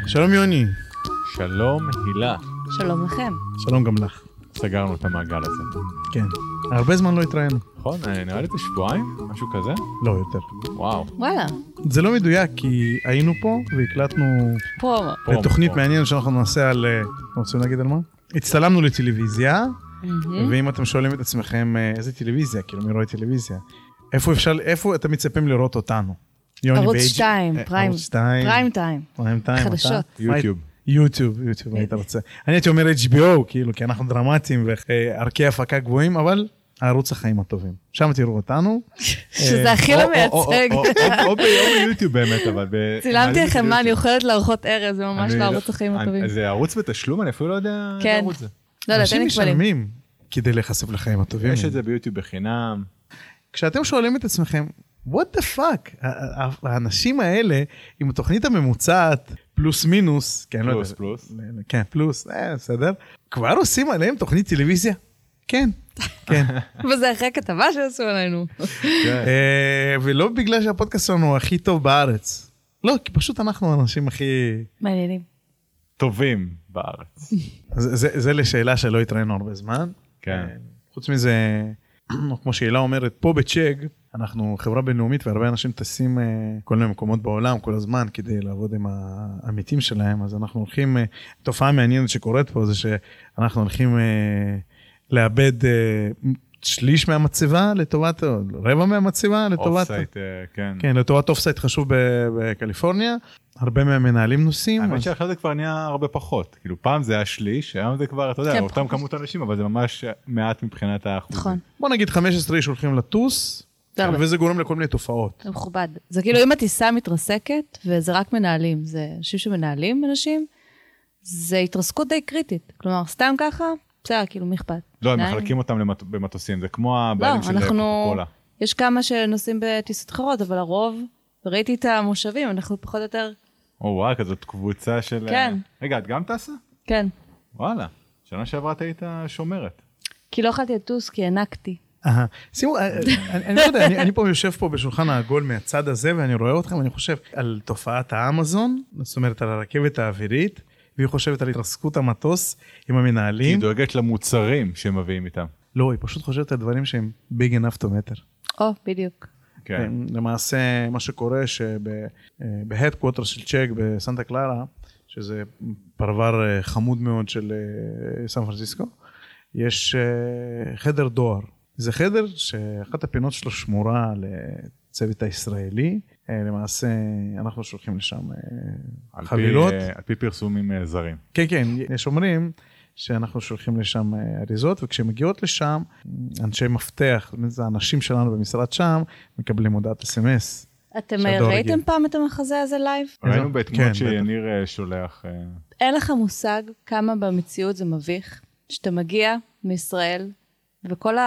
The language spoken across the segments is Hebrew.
שלום יוני. שלום הילה. שלום לכם. שלום גם לך. סגרנו את המעגל הזה. כן. הרבה זמן לא התראינו. נכון, נראה לי את שבועיים, משהו כזה? לא יותר. וואו. וואלה. זה לא מדויק, כי היינו פה והקלטנו פרומו. לתוכנית מעניינת שאנחנו נעשה על... רוצים להגיד על מה? הצטלמנו לטלוויזיה, ואם אתם שואלים את עצמכם, איזה טלוויזיה? כאילו, מי רואה טלוויזיה? איפה אתם מצפים לראות אותנו? ערוץ 2, פריים טיים. פריים טיים. חדשות. יוטיוב. יוטיוב, היית רוצה. אני הייתי אומר HBO, כאילו, כי אנחנו דרמטיים וערכי הפקה גבוהים, אבל הערוץ החיים הטובים. שם תראו אותנו. שזה הכי לא מייצג. או ביום יוטיוב באמת, אבל... צילמתי לכם מה, אני אוכלת לארוחות ערב, זה ממש לערוץ החיים הטובים. זה ערוץ בתשלום, אני אפילו לא יודע כן. ערוץ זה. לא יודעת, אין לי כבלים. אנשים משלמים כדי להיחשף לחיים הטובים. יש את זה ביוטיוב בחינם. כשאתם שואלים את עצמכם, what the fuck? האנשים האלה, עם התוכנית הממוצעת, פלוס מינוס, פלוס. כן, פלוס, בסדר. כבר עושים עליהם תוכנית טלוויזיה? כן. וזה אחרי כתבה שעשו עלינו. ולא בגלל שהפודקאסט שלנו הכי טוב בארץ. לא, כי פשוט אנחנו האנשים הכי... מעניינים. טובים בארץ. זה לשאלה שלא התראינו הרבה זמן. כן. חוץ מזה, כמו שהילה אומרת, פה בצ'ג, אנחנו חברה בינלאומית, והרבה אנשים טסים כל מיני מקומות בעולם, כל הזמן, כדי לעבוד עם העמיתים שלהם, אז אנחנו הולכים, תופעה מעניינת שקורית פה, זה שאנחנו הולכים לאבד שליש מהמצבה לטובת, רבע מהמצבה לטובת... אופסייט, כן. כן, לטובת אופסייט חשוב בקליפורניה, הרבה מהמנהלים נוסעים. האמת שאחרי זה כבר נהיה הרבה פחות, כאילו פעם זה היה שליש, היום זה כבר, אתה יודע, אותם כמות אנשים, אבל זה ממש מעט מבחינת האחוזים. נכון. בוא נגיד 15 איש הולכים לטוס, וזה גורם לכל מיני תופעות. זה מכובד. זה כאילו אם הטיסה מתרסקת, וזה רק מנהלים, זה אנשים שמנהלים אנשים, זה התרסקות די קריטית. כלומר, סתם ככה, בסדר, כאילו מכבד. לא, הם מחלקים אותם במטוסים, זה כמו הבעלים של קוקה-קולה. יש כמה שנוסעים בטיסות אחרות, אבל הרוב, ראיתי את המושבים, אנחנו פחות או יותר... וואי, כזאת קבוצה של... כן. רגע, את גם טסה? כן. וואלה, שנה שעברה את היית שומרת. כי לא יכולתי לטוס, כי הענקתי. שימו, אני לא יודע, אני פה יושב פה בשולחן העגול מהצד הזה, ואני רואה אתכם, ואני חושב על תופעת האמזון, זאת אומרת על הרכבת האווירית, והיא חושבת על התרסקות המטוס עם המנהלים. היא דואגת למוצרים שהם מביאים איתם. לא, היא פשוט חושבת על דברים שהם big enough to matter. בדיוק. כן. למעשה, מה שקורה שבהדקווטר של צ'ק בסנטה קלרה, שזה פרבר חמוד מאוד של סן פרנסיסקו, יש חדר דואר. זה חדר שאחת הפינות שלו שמורה לצוות הישראלי, למעשה אנחנו שולחים לשם חבילות. על פי פרסומים זרים. כן, כן, יש אומרים שאנחנו שולחים לשם אריזות, וכשהן מגיעות לשם, אנשי מפתח, זה האנשים שלנו במשרד שם, מקבלים הודעת SMS. אתם ראיתם פעם את המחזה הזה לייב? ראינו בתמונות שיניר שולח. אין לך מושג כמה במציאות זה מביך, שאתה מגיע מישראל, וכל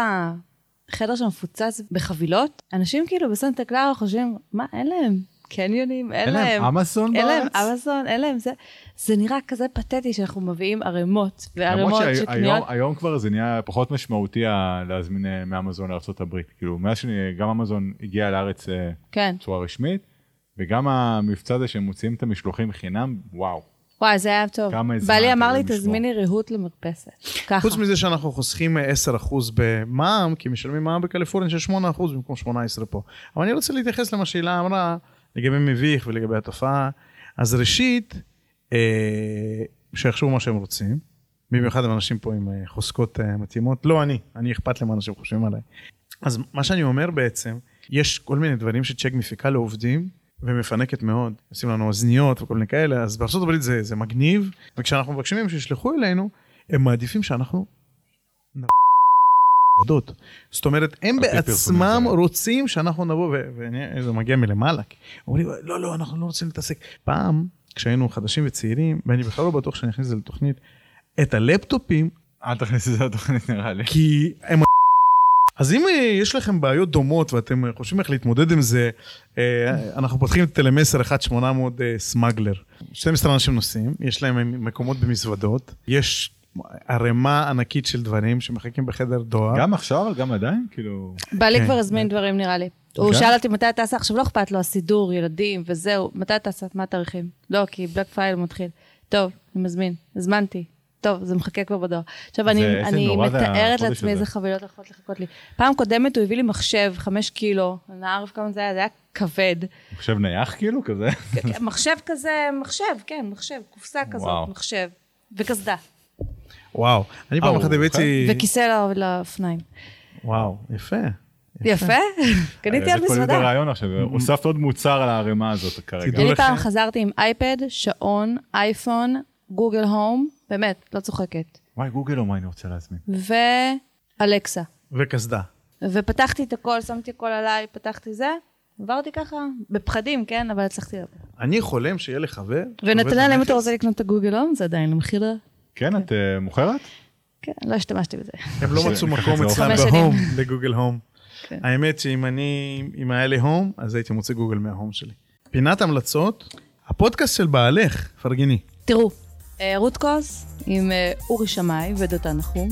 החדר שמפוצץ בחבילות, אנשים כאילו בסנטה קלרה חושבים, מה, אין להם קניונים, אין להם אמזון בארץ? אין להם אמזון, אין להם זה נראה כזה פתטי שאנחנו מביאים ערימות, וערימות שקניות. היום כבר זה נהיה פחות משמעותי להזמין מאמזון לארצות הברית, כאילו מאז שגם אמזון הגיע לארץ בצורה רשמית, וגם המבצע הזה שהם מוציאים את המשלוחים חינם, וואו. וואי, זה היה טוב. בעלי אמר לי, תזמיני ריהוט למרפסת. ככה. חוץ מזה שאנחנו חוסכים 10% במע"מ, כי משלמים מע"מ בקליפורניה של 8% במקום 18 פה. אבל אני רוצה להתייחס למה שהילה אמרה, לגבי מביך ולגבי התופעה. אז ראשית, שיחשבו מה שהם רוצים, במיוחד עם אנשים פה עם חוזקות מתאימות. לא אני אכפת למה אנשים חושבים עליי. אז מה שאני אומר בעצם, יש כל מיני דברים שצ'ק מפיקה לעובדים, ומפנקת מאוד, עושים לנו אוזניות וכל מיני כאלה, אז בארצות הברית זה מגניב, וכשאנחנו מבקשים מהם שישלחו אלינו, הם מעדיפים שאנחנו עבודות. זאת אומרת, הם בעצמם רוצים שאנחנו נבוא, וזה מגיע מלמעלה. אומרים, לא, אנחנו לא רוצים להתעסק. פעם, כשהיינו חדשים וצעירים, ואני בכלל לא בטוח שאני אכניס את זה לתוכנית, את הלפטופים... אל תכניס את זה לתוכנית נראה לי. כי הם... אז אם יש לכם בעיות דומות, ואתם חושבים איך להתמודד עם זה, אנחנו פותחים את טלמסר 1800 סמגלר. 12 אנשים נוסעים, יש להם מקומות במזוודות, יש הרמה ענקית של דברים שמחכים בחדר דואר. גם עכשיו, אבל גם עדיין, כאילו... בא לי כבר הזמין דברים, נראה לי. הוא שאל אותי מתי אתה עשה, עכשיו לא אכפת לו, הסידור, ילדים וזהו, מתי אתה עשה, מה התאריכים? לא, כי בלק פריידי מתחיל. טוב, אני הזמנתי. טוב, זה מחכה כבר בדואר. עכשיו, אני מתארת לעצמי איזה חבילות יכולות לחכות לי. פעם קודמת הוא הביא לי מחשב, 5 קילו, אני אערב כמה זה היה כבד. מחשב נייח כאילו כזה? מחשב כזה, מחשב, קופסה כזאת, מחשב, וקסדה. וואו, אני פעם אחת הבאתי... וכיסא לאופניים. וואו, יפה. יפה? קניתי על מזוודה. זה כל רעיון עכשיו, הוספת עוד מוצר על הערימה הזאת כרגע. אני פעם חזרתי עם אייפד, שעון, אייפון, גוגל הום, באמת, לא צוחקת. וואי, גוגל הום, אני רוצה להזמין. ואלקסה. וקסדה. ופתחתי את הכל, שמתי הכל עליי, פתחתי זה, עברתי ככה, בפחדים, כן, אבל הצלחתי לבוא. אני חולם שיהיה לי חבר. ונתנאל, אם אתה רוצה לקנות את הגוגל הום, זה עדיין למחירה. כן, את מוכרת? כן, לא השתמשתי בזה. הם לא מצאו מקום אצלם בהום, לגוגל הום. האמת שאם היה לי הום, אז הייתי מוצא גוגל מההום שלי. פינת המלצות, הפודקאסט של בעלך, פרגני. תראו, רות קוז עם אורי שמאי ודותן נחום.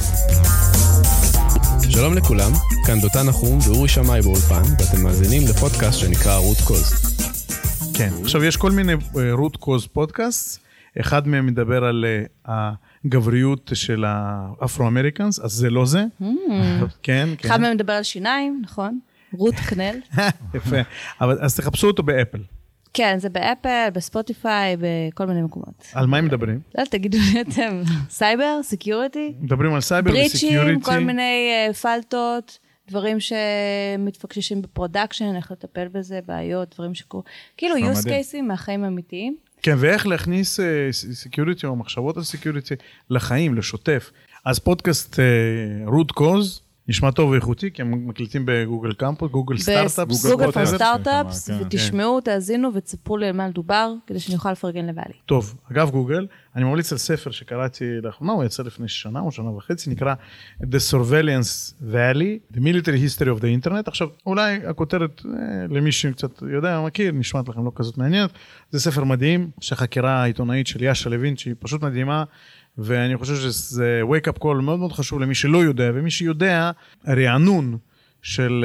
שלום לכולם, כאן דותן נחום ואורי שמאי באולפן, ואתם מאזינים לפודקאסט שנקרא רות קוז. כן, עכשיו יש כל מיני רות קוז פודקאסט, אחד מהם מדבר על הגבריות של האפרו-אמריקאנס, אז זה לא זה. כן, כן. אחד מהם מדבר על שיניים, נכון? רות קנל. יפה, אז תחפשו אותו באפל. כן, זה באפל, בספוטיפיי, בכל מיני מקומות. על מה הם מדברים? לא, תגידו לי אתם, סייבר, סקיוריטי? מדברים על סייבר וסקיוריטי. בריצ'ים, כל מיני פלטות, דברים שמתפקששים בפרודקשן, איך לטפל בזה, בעיות, דברים שקורים. כאילו, use cases מהחיים האמיתיים. כן, ואיך להכניס סקיוריטי או מחשבות על סקיוריטי לחיים, לשוטף. אז פודקאסט רות קוז, נשמע טוב ואיכותי, כי הם מקליטים בגוגל קמפוס, גוגל סטארט-אפס. גוגל סטארט-אפס, ותשמעו, תאזינו וצפו למה לדובר, כדי שאני אוכל לפרגן לבעלי. טוב, אגב גוגל, אני ממליץ על ספר שקראתי לאחרונה, הוא יצא לפני שנה או שנה וחצי, נקרא The Surveillance Valley, The Military History of the Internet. עכשיו, אולי הכותרת, למי שקצת יודע, מכיר, נשמעת לכם לא כזאת מעניינת, זה ספר מדהים, שחקירה העיתונאית של יאשה לוין, שהיא פשוט מדהימה, ואני חושב שזה wake up call מאוד מאוד חשוב למי שלא יודע, ומי שיודע, הרענון של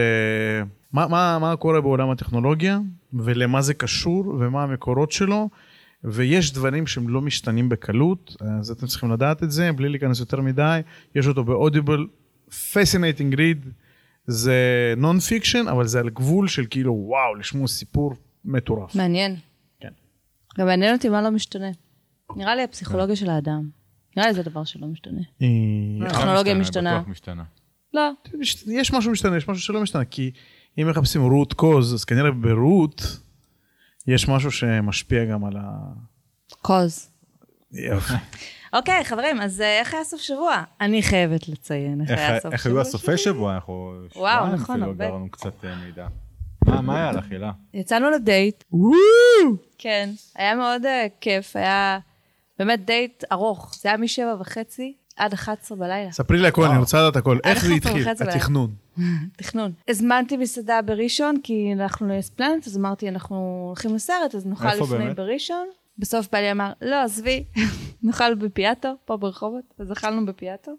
מה קורה בעולם הטכנולוגיה, ולמה זה קשור, ומה המקורות שלו, ויש דברים שהם לא משתנים בקלות, אז אתם צריכים לדעת את זה, בלי להיכנס יותר מדי, יש אותו ב-Audible, fascinating read, זה non-fiction, אבל זה על גבול של כאילו, וואו, לשמוע סיפור מטורף. מעניין. כן. גם מעניין אותי מה לא משתנה. נראה לי הפסיכולוגיה של האדם. נראה לי זה דבר שלא משתנה. הטכנולוגיה משתנה. לא. יש משהו משתנה, יש משהו שלא משתנה, כי אם מחפשים רות קוז, אז כנראה ברות יש משהו שמשפיע גם על ה... קוז. אוקיי, חברים, אז איך היה סוף שבוע? אני חייבת לציין איך היה סוף שבוע. איך היו הסופי שבוע? אנחנו וואו, נכון, הרבה. גרנו קצת מידע. מה היה לך, הילה? יצאנו לדייט. כן, היה מאוד כיף, היה באמת דייט ארוך. זה היה מ7:30 עד 11 בלילה. ספרי לי הכל, אני רוצה לדעת הכל. איך זה התחיל? התכנון. תכנון. הזמנתי מסעדה בראשון, כי אנחנו לספלנט, אז אמרתי, אנחנו הולכים לסרט, אז נאכל לפני בראשון. בסוף בעלי אמר, לא, עזבי, נאכל בפיאטו, פה ברחובות, אז אכלנו בפיאטו.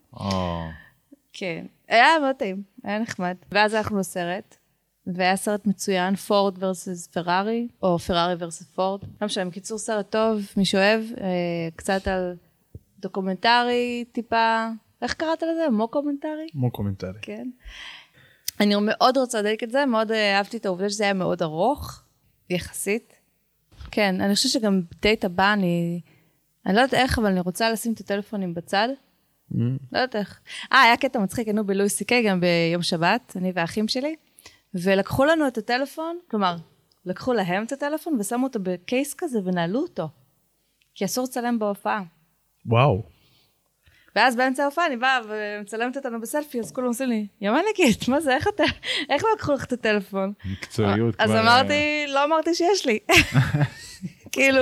כן, היה מאוד טעים, היה נחמד. ואז הלכנו לסרט, והיה סרט מצוין, פורד ורסס פרארי, או פרארי ורסס פורד. לא משנה, בקיצור סרט טוב, מי שאוהב, קצת על דוקומנטרי טיפה, איך קראת לזה? מוקומנטרי? מוקומנטרי. כן. אני מאוד רוצה לדייק את זה, מאוד אהבתי את העובדה שזה היה מאוד ארוך, יחסית. כן, אני חושבת שגם בדייט הבא אני לא יודעת איך, אבל אני רוצה לשים את הטלפונים בצד. לא יודעת איך. היה קטע מצחיק, היינו בלואי סי-קיי גם ביום שבת, אני והאחים שלי, ולקחו לנו את הטלפון, כלומר, לקחו להם את הטלפון ושמו אותו בקייס כזה ונעלו אותו. כי אסור לצלם בהופעה. וואו. ואז באמצע ההופעה אני באה ומצלמת אותנו בסלפי, אז כולם עושים לי, ימניקית, מה זה, איך לא לקחו לך את הטלפון? מקצועיות כבר. אז אמרתי, לא אמרתי שיש לי. כאילו,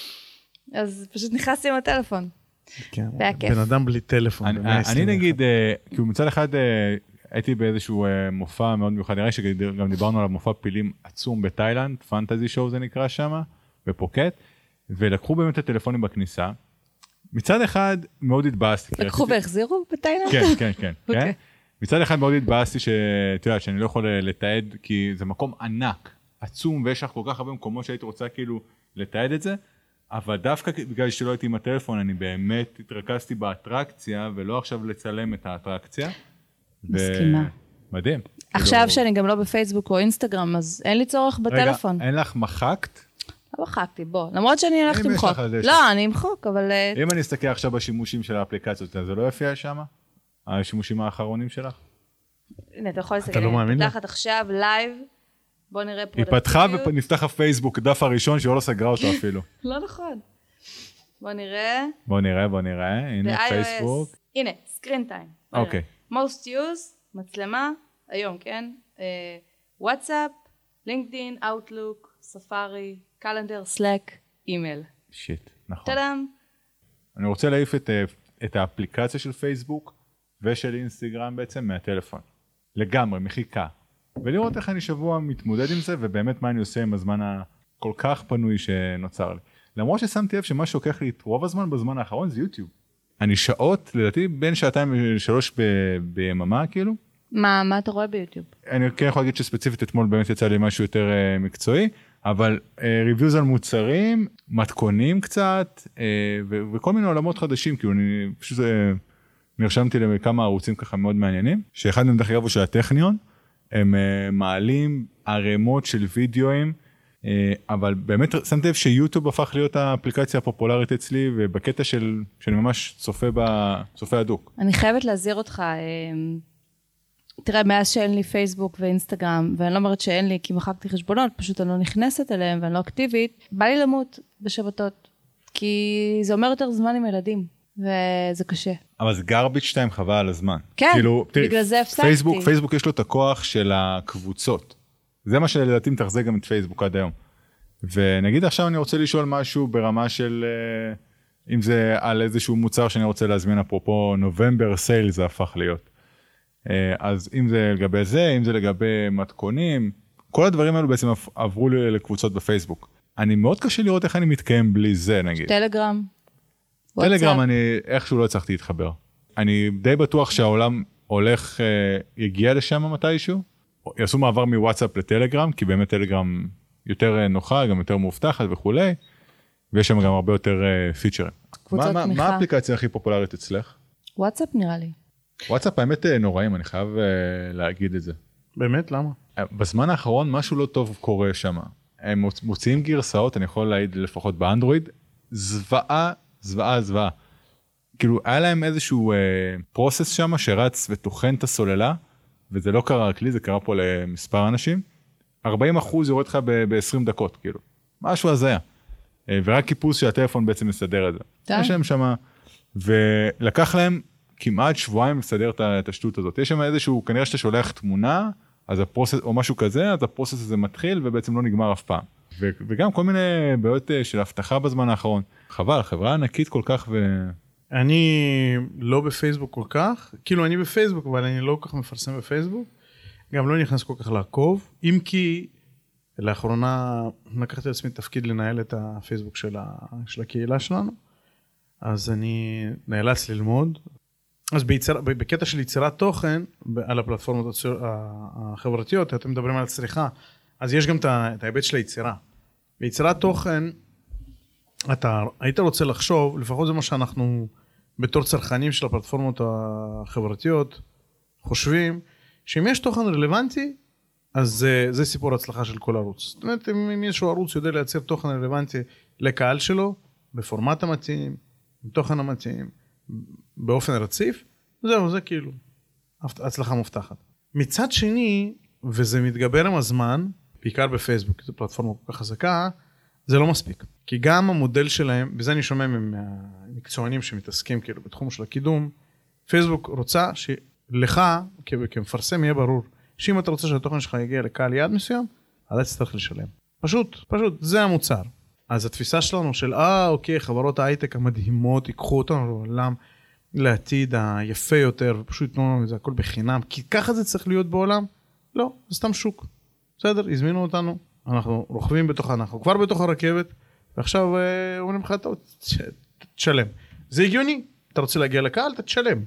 אז פשוט נכנסתי עם הטלפון. כן, בן אדם בלי טלפון. אני נגיד, כאילו מצד אחד, הייתי באיזשהו מופע מאוד מיוחד, נראה שגם דיברנו על מופע פילים עצום בתאילנד, פנטזי שואו זה נקרא שם, בפוקט, ולקחו באמת את הטלפונים בכניסה, מצד אחד מאוד התבאסתי. לקחו והחזירו בתאילנד? כן, כן, כן. מצד אחד מאוד התבאסתי שאני לא יכול לתעד, כי זה מקום ענק, עצום, ויש לך כל כך הרבה מקומות שהייתי רוצה כאילו לתעד את זה, אבל דווקא בגלל שלא הייתי עם הטלפון, אני באמת התרכזתי באטרקציה, ולא עכשיו לצלם את האטרקציה. מסכימה. מדהים. עכשיו שאני גם לא בפייסבוק או אינסטגרם, אז אין לי צורך בטלפון. רגע, אין לך מחקת? לא מחקתי, בוא. למרות שאני הולכת למחוק. לא, אני אמחוק, אבל... אם אני אסתכל עכשיו בשימושים של האפליקציות, זה לא יופיע שם? השימושים האחרונים שלך? הנה, אתה יכול להסתכל. פתחת עכשיו לייב, בוא נראה פרודקטיביות. היא פתחה ונפתח הפייסבוק, דף הראשון שהיא לא סגרה אותו אפילו. לא נכון. בוא נראה. בוא נראה. הנה פייסבוק. הנה, סקרין טיים. אוקיי. most used, מצלמה, היום, כן? וואטסאפ, לינקדין, אאוטלוק, ספארי, קלנדר, סלאק, אימייל. שיט, נכון. תדם. אני רוצה להעיף את האפליקציה של פייסבוק ושל אינסטגרם בעצם מהטלפון. לגמרי, מחיקה. ולראות איך אני שבוע מתמודד עם זה, ובאמת מה אני עושה עם הזמן הכל כך פנוי שנוצר לי. למרות ששמתי לב שמה שוקח לי את רוב הזמן בזמן האחרון זה יוטיוב. אני שעות, לדעתי, בין 2-3 ביממה, כאילו. מה אתה רואה ביוטיוב? אני כן יכול להגיד שספציפית אתמול באמת יצא לי משהו יותר מקצועי, אבל ריוויוז על מוצרים, מתכונים קצת, וכל מיני עולמות חדשים, כאילו אני פשוט נרשמתי לכמה ערוצים ככה מאוד מעניינים, שאחד מהם דרך אגב הוא של הטכניון, הם מעלים ערימות של וידאוים, אבל באמת שמתי לב שיוטיוב הפך להיות האפליקציה הפופולרית אצלי, ובקטע שאני ממש צופה הדוק. אני חייבת להזהיר אותך, תראה, מאז שאין לי פייסבוק ואינסטגרם, ואני לא אומרת שאין לי כי מחקתי חשבונות, פשוט אני לא נכנסת אליהם ואני לא אקטיבית, בא לי למות בשבתות, כי זה אומר יותר זמן עם ילדים, וזה קשה. אבל זה garbage time חבל על הזמן. כן, כאילו, בגלל זה הפסקתי. פייסבוק יש לו את הכוח של הקבוצות. זה מה שלדעתי מתחזק גם את פייסבוק עד היום. ונגיד עכשיו אני רוצה לשאול משהו ברמה של, אם זה על איזשהו מוצר שאני רוצה להזמין, אפרופו נובמבר סייל זה הפך להיות. אז אם זה לגבי זה, אם זה לגבי מתכונים, כל הדברים האלו בעצם עברו לקבוצות בפייסבוק. אני מאוד קשה לראות איך אני מתקיים בלי זה, נגיד. טלגרם. טלגרם אני איכשהו לא הצלחתי להתחבר. אני די בטוח שהעולם הולך, יגיע לשם מתישהו, יעשו מעבר מוואטסאפ לטלגרם, כי באמת טלגרם יותר נוחה, גם יותר מאובטחת וכולי, ויש שם גם הרבה יותר פיצ'רים. מה האפליקציה הכי פופולרית אצלך? וואטסאפ נראה לי. וואטסאפ האמת נוראים, אני חייב להגיד את זה. באמת? למה? בזמן האחרון משהו לא טוב קורה שם. הם מוציאים גרסאות, אני יכול להעיד לפחות באנדרואיד, זוועה. כאילו היה להם איזשהו פרוסס שם שרץ ותוכן את הסוללה, וזה לא קרה רק לי, זה קרה פה למספר אנשים. 40% יורד לך ב-20 דקות, כאילו. משהו הזיה. ורק חיפוש שהטלפון בעצם מסדר את זה. יש להם שם, ולקח להם כמעט שבועיים לסדר את השטות הזאת. יש שם איזשהו, כנראה שאתה שולח תמונה, אז הפרוסס, או משהו כזה, אז הפרוסס הזה מתחיל, ובעצם לא נגמר אף פעם. וגם כל מיני בעיות של הבטחה בזמן האחרון. חבל, חברה ענקית כל כך אני לא בפייסבוק כל כך, כאילו אני בפייסבוק, אבל אני לא כל כך מפרסם בפייסבוק, גם לא נכנס כל כך לעקוב, אם כי לאחרונה לקחתי לעצמי תפקיד לנהל את הפייסבוק של הקהילה שלנו, אז אני נאלץ ללמוד, אז בקטע של יצירת תוכן, על הפלטפורמות החברתיות, אתם מדברים על צריכה, אז יש גם את ההיבט של היצירה. ביצירת תוכן, אתה היית רוצה לחשוב, לפחות זה מה שאנחנו בתור צרכנים של הפלטפורמות החברתיות חושבים, שאם יש תוכן רלוונטי, אז זה סיפור הצלחה של כל ערוץ. זאת אומרת, אם איזשהו ערוץ יודע לייצר תוכן רלוונטי לקהל שלו, בפורמט המתאים, בתוכן המתאים, באופן רציף, זהו, זה כאילו הצלחה מובטחת. מצד שני, וזה מתגבר עם הזמן, בעיקר בפייסבוק, זו פלטפורמה כל כך חזקה, זה לא מספיק. כי גם המודל שלהם, וזה אני שומע מהמקצוענים שמתעסקים כאילו בתחום של הקידום, פייסבוק רוצה שלך, כמפרסם, יהיה ברור, שאם אתה רוצה שהתוכן שלך יגיע לקהל יעד מסוים, אז תצטרך לשלם. פשוט, זה המוצר. אז התפיסה שלנו של, אוקיי, חברות ההייטק המדהימות, ייקחו אותנו לעולם לעתיד היפה יותר, ופשוט יתנו לנו את זה הכל בחינם, כי ככה זה צריך להיות בעולם? לא, זה סתם שוק. בסדר, הזמינו אותנו, אנחנו רוכבים אנחנו כבר בתוך הרכבת, ועכשיו אומרים לך, תשלם. זה הגיוני, אתה רוצה להגיע לקהל, אתה תשלם.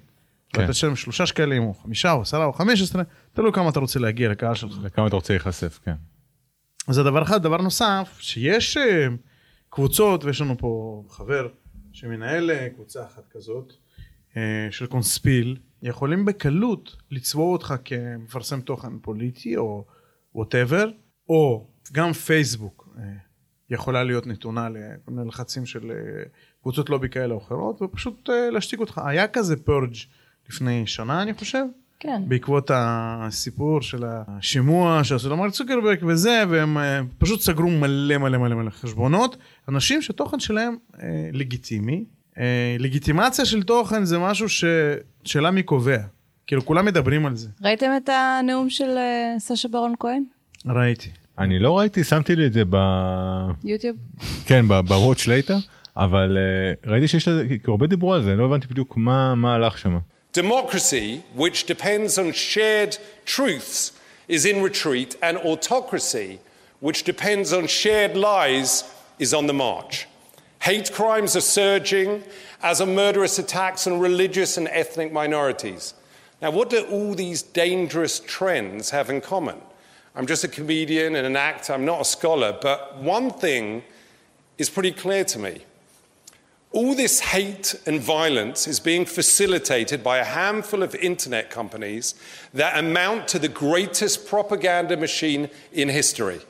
ואתה תשלם 3 שקלים, או 5, או 10, או 15, תלוי כמה אתה רוצה להגיע לקהל שלך. לכמה אתה רוצה להיחשף, כן. אז זה דבר אחד. דבר נוסף, שיש קבוצות, ויש לנו פה חבר שמנהל קבוצה אחת כזאת, של קונספיל, יכולים בקלות לצבוע אותך כמפרסם תוכן פוליטי, או whatever, או גם פייסבוק יכולה להיות נתונה ללחצים של קבוצות לובי כאלה או אחרות, ופשוט להשתיק אותך. היה כזה פורג' לפני שנה, אני חושב. כן. בעקבות הסיפור של השימוע שעשו למרק צוקרברג וזה, והם פשוט סגרו מלא חשבונות. אנשים שתוכן שלהם לגיטימי. לגיטימציה של תוכן זה משהו שאלה מי קובע. כאילו, כולם מדברים על זה. ראיתם את הנאום של סשה ברון כהן? ראיתי. אני לא ראיתי, שמתי לי את זה יוטיוב? כן, ב-Watch Later, אבל ראיתי שיש לזה, הרבה דיברו על זה, לא הבנתי בדיוק מה הלך שם. Democracy, which depends on shared truths, is in retreat, and autocracy, which depends on shared lies, is on the march. Hate crimes are surging, as are murderous attacks on religious and ethnic minorities. Now, what do all these dangerous trends have in common? I'm just a comedian and an actor, I'm not a scholar, but one thing is pretty clear to me. All this hate and violence is being facilitated by a handful of internet companies that amount to the greatest propaganda machine in history.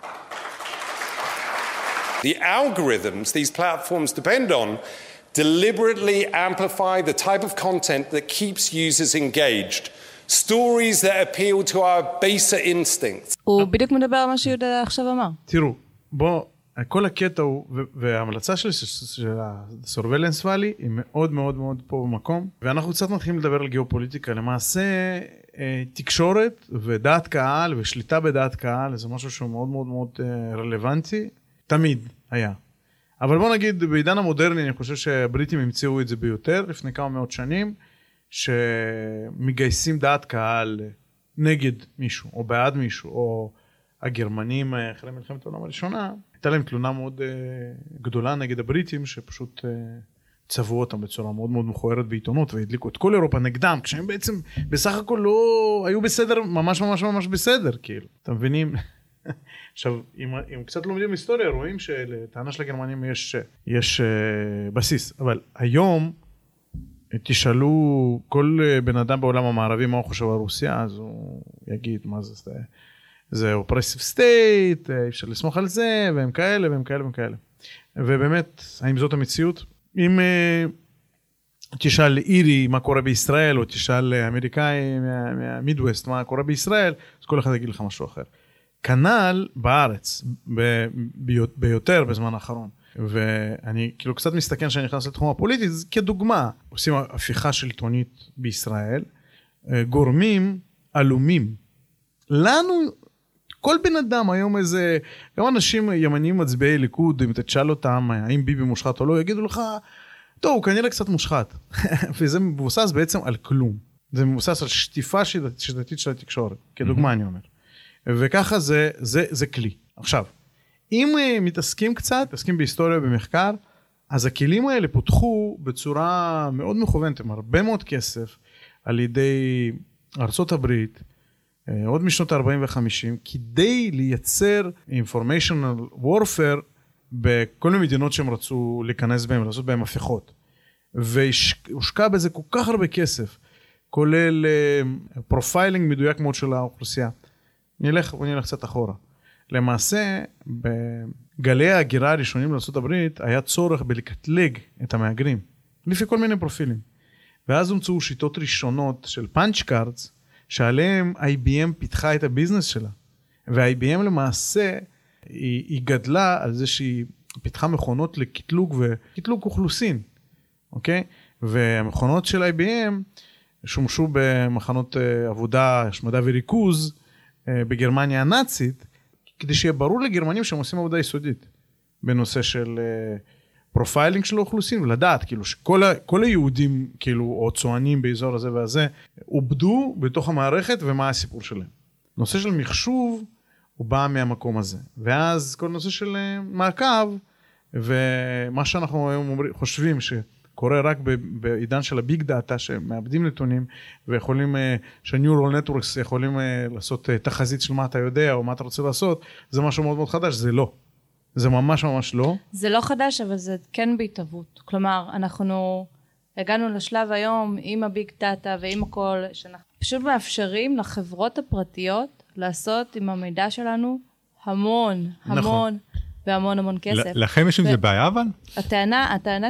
The algorithms these platforms depend on deliberately amplify the type of content that keeps users engaged. Stories that appeal to our baser instincts. הוא בדיוק מדבר על מה שיהודה עכשיו אמר. תראו, כל הקטע הוא, וההמלצה של ה-Surveillance Valley היא מאוד מאוד מאוד פה במקום, ואנחנו קצת מתחילים לדבר על גיאופוליטיקה. למעשה, תקשורת ודעת קהל ושליטה בדעת קהל, זה משהו שהוא מאוד מאוד מאוד רלוונטי, תמיד היה. אבל בוא נגיד, בעידן המודרני, אני חושב שהבריטים המציאו את זה ביותר, לפני כמה מאות שנים, שמגייסים דעת קהל נגד מישהו, או בעד מישהו, או הגרמנים אחרי מלחמת העולם הראשונה, הייתה להם תלונה מאוד גדולה נגד הבריטים, שפשוט צבעו אותם בצורה מאוד מאוד מכוערת בעיתונות, והדליקו את כל אירופה נגדם, כשהם בעצם בסך הכל לא היו בסדר, ממש ממש ממש בסדר, כאילו. אתם מבינים? עכשיו, אם קצת לומדים היסטוריה, רואים שלטענה של הגרמנים יש בסיס, אבל היום תשאלו כל בן אדם בעולם המערבי מה הוא חושב על רוסיה, אז הוא יגיד מה זה, זה אופרסיב סטייט, אפשר לסמוך על זה, והם כאלה, והם כאלה, והם כאלה. ובאמת, האם זאת המציאות? אם תשאל אירי מה קורה בישראל, או תשאל אמריקאי מהמידווסט מה קורה בישראל, אז כל אחד יגיד לך משהו אחר. כנ"ל בארץ, ביותר בזמן האחרון. ואני כאילו קצת מסתכן שאני נכנס לתחום הפוליטי, זה כדוגמה, עושים הפיכה שלטונית בישראל, גורמים עלומים. לנו, כל בן אדם היום איזה, גם אנשים ימניים מצביעי ליכוד, אם תשאל אותם האם ביבי מושחת או לא, יגידו לך, טוב, הוא כנראה קצת מושחת. וזה מבוסס בעצם על כלום. זה מבוסס על שטיפה שיטתית של התקשורת, כדוגמה אני אומר. וככה זה כלי. עכשיו, אם מתעסקים בהיסטוריה ובמחקר, אז הכלים האלה פותחו בצורה מאוד מכוונת, עם הרבה מאוד כסף, על ידי ארצות הברית, עוד משנות ה-40 ו-50, כדי לייצר informational warfare בכל מיני מדינות שהם רצו להיכנס בהם, לעשות בהם הפיכות. והושקע בזה כל כך הרבה כסף, כולל פרופיילינג מדויק מאוד של האוכלוסייה. נלך קצת אחורה. למעשה, בגלי ההגירה הראשונים לארצות הברית, היה צורך בלקטלג את המהגרים, לפי כל מיני פרופילים. ואז הומצאו שיטות ראשונות של פאנץ' קארדס, שעליהם IBM פיתחה את הביזנס שלה. ו-IBM למעשה, היא גדלה על זה שהיא פיתחה מכונות לקטלוג וקטלוג אוכלוסין. אוקיי? והמכונות של IBM שמשו במחנות עבודה, השמדה וריכוז, בגרמניה הנאצית, כדי שיהיה ברור לגרמנים שהם עושים עבודה יסודית, בנושא של פרופיילינג של האוכלוסין, ולדעת, כאילו, שכל היהודים, כאילו, או צוענים באזור הזה והזה, עובדו בתוך המערכת, ומה הסיפור שלהם. נושא של מחשוב, הוא בא מהמקום הזה. ואז כל נושא של מעקב, ומה שאנחנו היום חושבים, קורה רק בעידן של הביג דאטה, שמאבדים נתונים, ויכולים, שהניורל נטוורקס יכולים לעשות תחזית של מה אתה יודע, או מה אתה רוצה לעשות, זה משהו מאוד מאוד חדש, זה לא. זה ממש ממש לא. זה לא חדש, אבל זה כן בהתהוות. כלומר, אנחנו הגענו לשלב היום עם הביג דאטה ועם הכל, שאנחנו פשוט מאפשרים לחברות הפרטיות לעשות עם המידע שלנו המון, המון, והמון המון כסף. לכם יש עם זה בעיה אבל? הטענה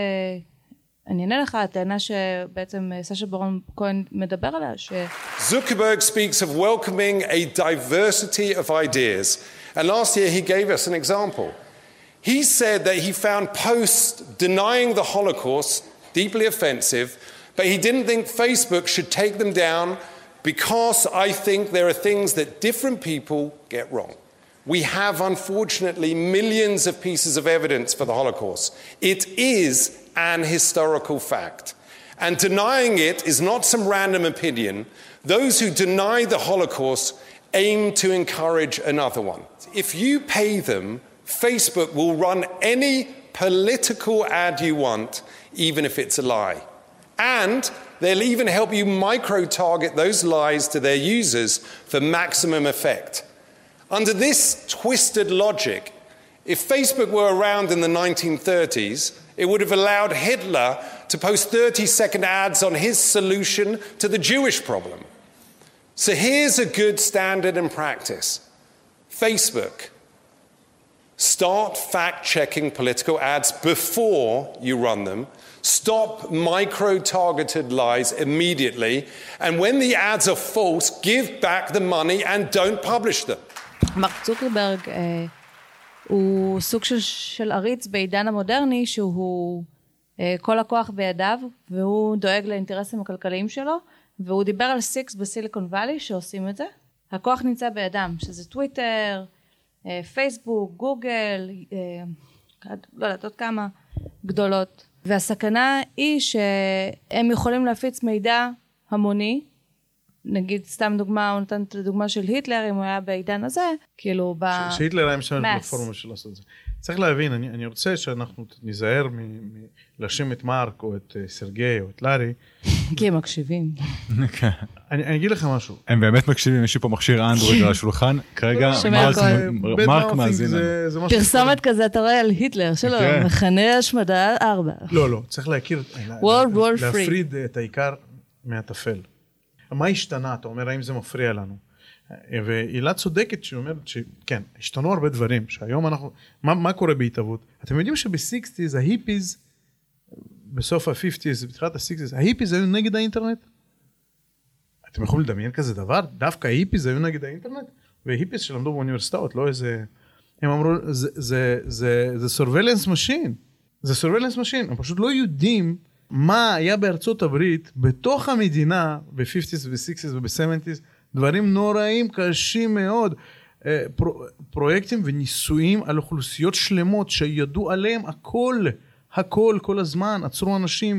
אני אענה לך, הטענה שבעצם סשה ברון כהן מדבר עליה, Zuckerberg speaks of welcoming a diversity of ideas. And last year he gave us an example. He said that he found posts denying the Holocaust deeply offensive, but he didn't think Facebook should take them down because I think there are things that different people get wrong. We have, unfortunately, millions of pieces of evidence for the Holocaust. It is an historical fact. And denying it is not some random opinion. Those who deny the Holocaust aim to encourage another one. If you pay them, Facebook will run any political ad you want, even if it's a lie. And they'll even help you micro-target those lies to their users for maximum effect. Under this twisted logic, if Facebook were around in the 1930s, it would have allowed Hitler to post 30-second ads on his solution to the Jewish problem. So here's a good standard and practice. Facebook, start fact-checking political ads before you run them. Stop micro-targeted lies immediately. And when the ads are false, give back the money and don't publish them. מרק צוקרברג הוא סוג של עריץ בעידן המודרני, שהוא כל הכוח בידיו, והוא דואג לאינטרסים הכלכליים שלו, והוא דיבר על סיקס בסיליקון ואלי שעושים את זה. הכוח נמצא בידם, שזה טוויטר, פייסבוק, גוגל, לא יודעת, עוד כמה גדולות. והסכנה היא שהם יכולים להפיץ מידע המוני, נגיד סתם דוגמה, הוא נתן את הדוגמה של היטלר, אם הוא היה בעידן הזה, כאילו שהיטלר היה משתמש בפלטפורמה של לעשות את זה. צריך להבין, אני רוצה שאנחנו נזהר להאשים את מרק, או את סרגי, או את לארי. כי הם מקשיבים. אני אגיד לך משהו. הם באמת מקשיבים, יש לי פה מכשיר אנדרואיד על השולחן, כרגע מרק מאזין לנו. פרסומת כזה, אתה רואה על היטלר שלו, מחנה השמדה 4. לא, צריך להכיר, להפריד את העיקר מהטפל. מה השתנה? אתה אומר, האם זה מפריע לנו? והילה צודקת שאומרת שכן, השתנו הרבה דברים, שהיום אנחנו, מה קורה בהתהוות? אתם יודעים שב-60s, ההיפיז, בסוף ה-50s, בתחילת ה-60s, ההיפיז היו נגד האינטרנט? אתם יכולים לדמיין כזה דבר? דווקא ההיפיז היו נגד האינטרנט? וההיפיז שלמדו באוניברסיטאות, לא איזה... הם אמרו, זה surveillance machine. זה surveillance machine. הם פשוט לא יודעים מה היה בארצות הברית, בתוך המדינה, ב-50s וב-60s וב-70s, דברים נוראים, קשים מאוד, פרויקטים וניסויים על אוכלוסיות שלמות, שידעו עליהם הכל, כל הזמן, עצרו אנשים,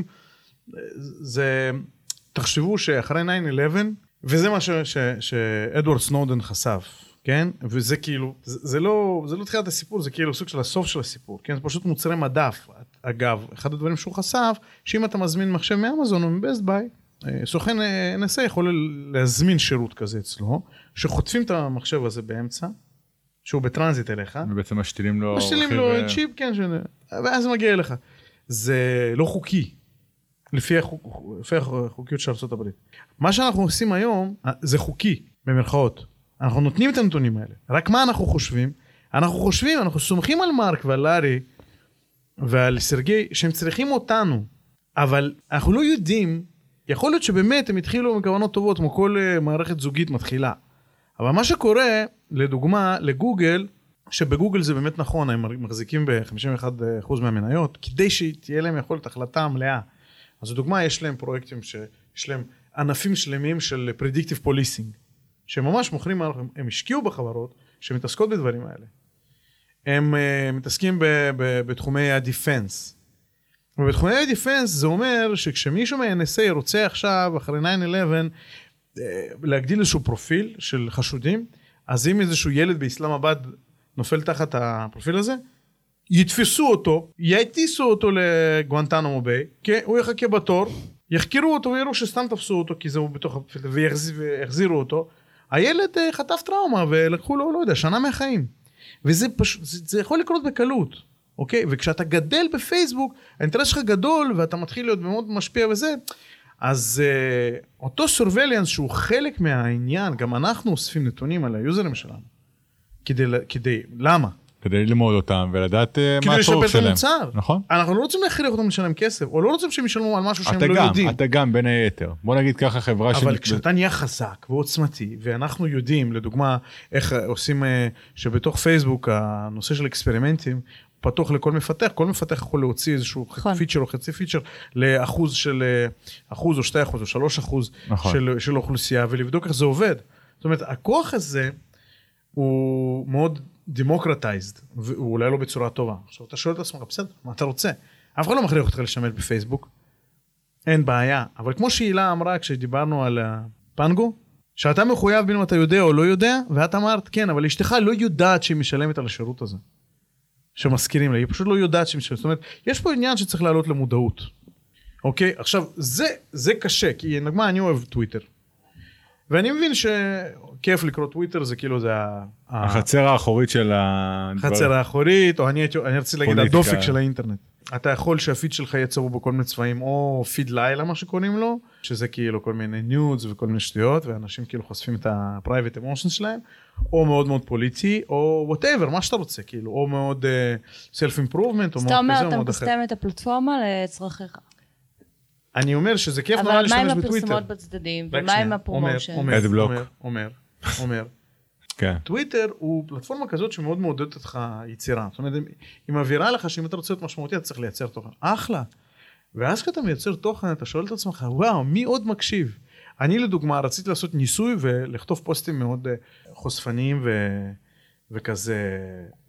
תחשבו שאחרי 9/11, וזה מה שאדוארד סנודן חשף, כן? וזה כאילו, זה לא תחילת הסיפור, זה כאילו סוג של הסוף של הסיפור, כן? זה פשוט מוצרי מדף. אגב, אחד הדברים שהוא חשף, שאם אתה מזמין מחשב מאמזון או מבסט ביי, סוכן NSA יכול להזמין שירות כזה אצלו, שחוטפים את המחשב הזה באמצע, שהוא בטרנזיט אליך. ובעצם משתילים לו צ'יפ, כן, ואז זה מגיע אליך. זה לא חוקי, לפי החוקיות של ארצות הברית. מה שאנחנו עושים היום, זה חוקי, במרכאות. אנחנו נותנים את הנתונים האלה. רק מה אנחנו חושבים? אנחנו סומכים על מרק ועל לארי, ועל סרגי, שהם צריכים אותנו. אבל אנחנו לא יודעים, יכול להיות שבאמת הם התחילו מכוונות טובות, כמו כל מערכת זוגית מתחילה. אבל מה שקורה, לדוגמה, לגוגל, שבגוגל זה באמת נכון, הם מחזיקים ב-51% מהמניות, כדי שתהיה להם יכולת החלטה מלאה. אז לדוגמה, יש להם פרויקטים שיש להם ענפים שלמים של predictive policing, שממש מוכרים, הם השקיעו בחברות שמתעסקות בדברים האלה. הם מתעסקים בתחומי הדיפנס. ובתחומי הדיפנס זה אומר שכשמישהו מה-NSA רוצה עכשיו, אחרי 9/11, להגדיל איזשהו פרופיל של חשודים, אז אם איזשהו ילד באסלאמבאד נופל תחת הפרופיל הזה, יתפסו אותו, יטיסו אותו לגואנטנמו ביי, הוא יחכה בתור, יחקרו אותו ויראו שסתם תפסו אותו, כי זהו בתוך הפילטר, ויחזירו אותו. הילד חטף טראומה ולקחו לו, לא יודע, שנה מהחיים. וזה פשוט, זה יכול לקרות בקלות, אוקיי? וכשאתה גדל בפייסבוק, האינטרס שלך גדול, ואתה מתחיל להיות מאוד משפיע וזה, אז אותו סורבליאנס שהוא חלק מהעניין, גם אנחנו אוספים נתונים על היוזרים שלנו. למה? כדי ללמוד אותם ולדעת מה הצורך שלהם. כדי לשפר את המוצר. נכון. אנחנו לא רוצים להכריח אותם לשלם כסף, או לא רוצים שהם ישלמו על משהו שהם לא יודעים. אתה גם בין היתר. בוא נגיד ככה חברה אבל כשאתה נהיה חזק ועוצמתי, ואנחנו יודעים, לדוגמה, איך עושים, שבתוך פייסבוק, הנושא של אקספרימנטים, פתוח לכל מפתח, כל מפתח יכול להוציא איזשהו פיצ'ר או חצי פיצ'ר, לאחוז של 1% או 2% או 3% של האוכלוסייה, ולבדוק איך זה עובד. זאת אומרת, הכוח הזה הוא מאוד דמוקרטייזד, והוא אולי לא בצורה טובה. עכשיו, אתה שואל את עצמך, בסדר, מה אתה רוצה? אף אחד לא מכריח אותך לשמש בפייסבוק, אין בעיה. אבל כמו שהילה אמרה, כשדיברנו על פנגו, שאתה מחויב בין אם אתה יודע או לא יודע, ואת אמרת, כן, אבל אשתך לא יודעת שהיא משלמת על השירות הזה. שמזכירים לה, היא פשוט לא יודעת שהיא משלמת. זאת אומרת, יש פה עניין שצריך לעלות למודעות. אוקיי? עכשיו, זה קשה, כי נגמר, אני אוהב טוויטר. ואני מבין שכיף לקרוא טוויטר, זה כאילו זה החצר האחורית של החצר האחורית, או אני רציתי להגיד הדופק של האינטרנט. אתה יכול שהפיד שלך יצרו בכל מיני צבעים, או פיד לילה, מה שקוראים לו, שזה כאילו כל מיני ניודס וכל מיני שטויות, ואנשים כאילו חושפים את ה-private emotions שלהם, או מאוד מאוד פוליטי, או whatever, מה שאתה רוצה, כאילו, או מאוד self-improvement, או מאוד כזה, זאת אומרת, אתה מקסטם את הפלטפורמה לצרכיך. אני אומר שזה כיף נורא להשתמש בטוויטר. אבל מה עם הפרסומות בצדדים, ומה עם הפרומושן? איזה בלוק. אומר. טוויטר הוא פלטפורמה כזאת שמאוד מעודדת אותך יצירה. זאת אומרת, היא מעבירה לך שאם אתה רוצה להיות משמעותי, אתה צריך לייצר תוכן. אחלה. ואז כשאתה מייצר תוכן, אתה שואל את עצמך, וואו, מי עוד מקשיב? אני לדוגמה רציתי לעשות ניסוי ולכתוב פוסטים מאוד חושפניים וכזה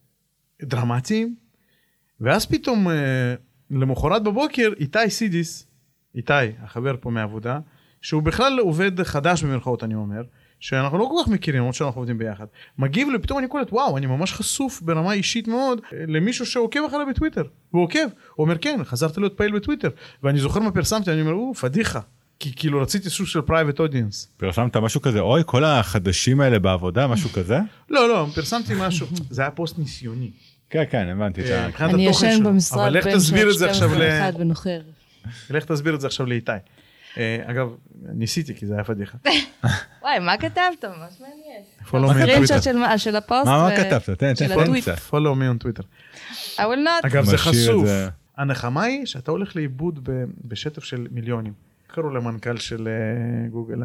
דרמטיים. ואז פתאום למחרת בבוקר, איתי סידיס, החבר פה מהעבודה, שהוא בכלל עובד חדש במרכאות, אני אומר, שאנחנו לא כל כך מכירים, עוד שאנחנו עובדים ביחד. מגיב לי, פתאום אני קולט, וואו, אני ממש חשוף ברמה אישית מאוד, למישהו שעוקב אחרי בטוויטר. הוא עוקב, הוא אומר, כן, חזרת להיות פעיל בטוויטר. ואני זוכר מה פרסמתי, אני אומר, פדיחה. כי כאילו רציתי סוג של private audience. פרסמת משהו כזה, אוי, כל החדשים האלה בעבודה, משהו כזה? לא, פרסמתי משהו, זה היה פוסט ניסיוני. כן, הבנתי. אני ישן במשרד בין שעות 12 ונוחר. לך תסביר את זה עכשיו לאיתי. אגב, ניסיתי, כי זה היה פדיחה. וואי, מה כתבת? ממש מעניין. סקרינשוט של הפוסט. מה כתבת? תן follow me on Twitter. I will not. אגב, זה חשוף. הנחמה היא שאתה הולך לאיבוד בשטף של מיליונים. קראו למנכ"ל של גוגל,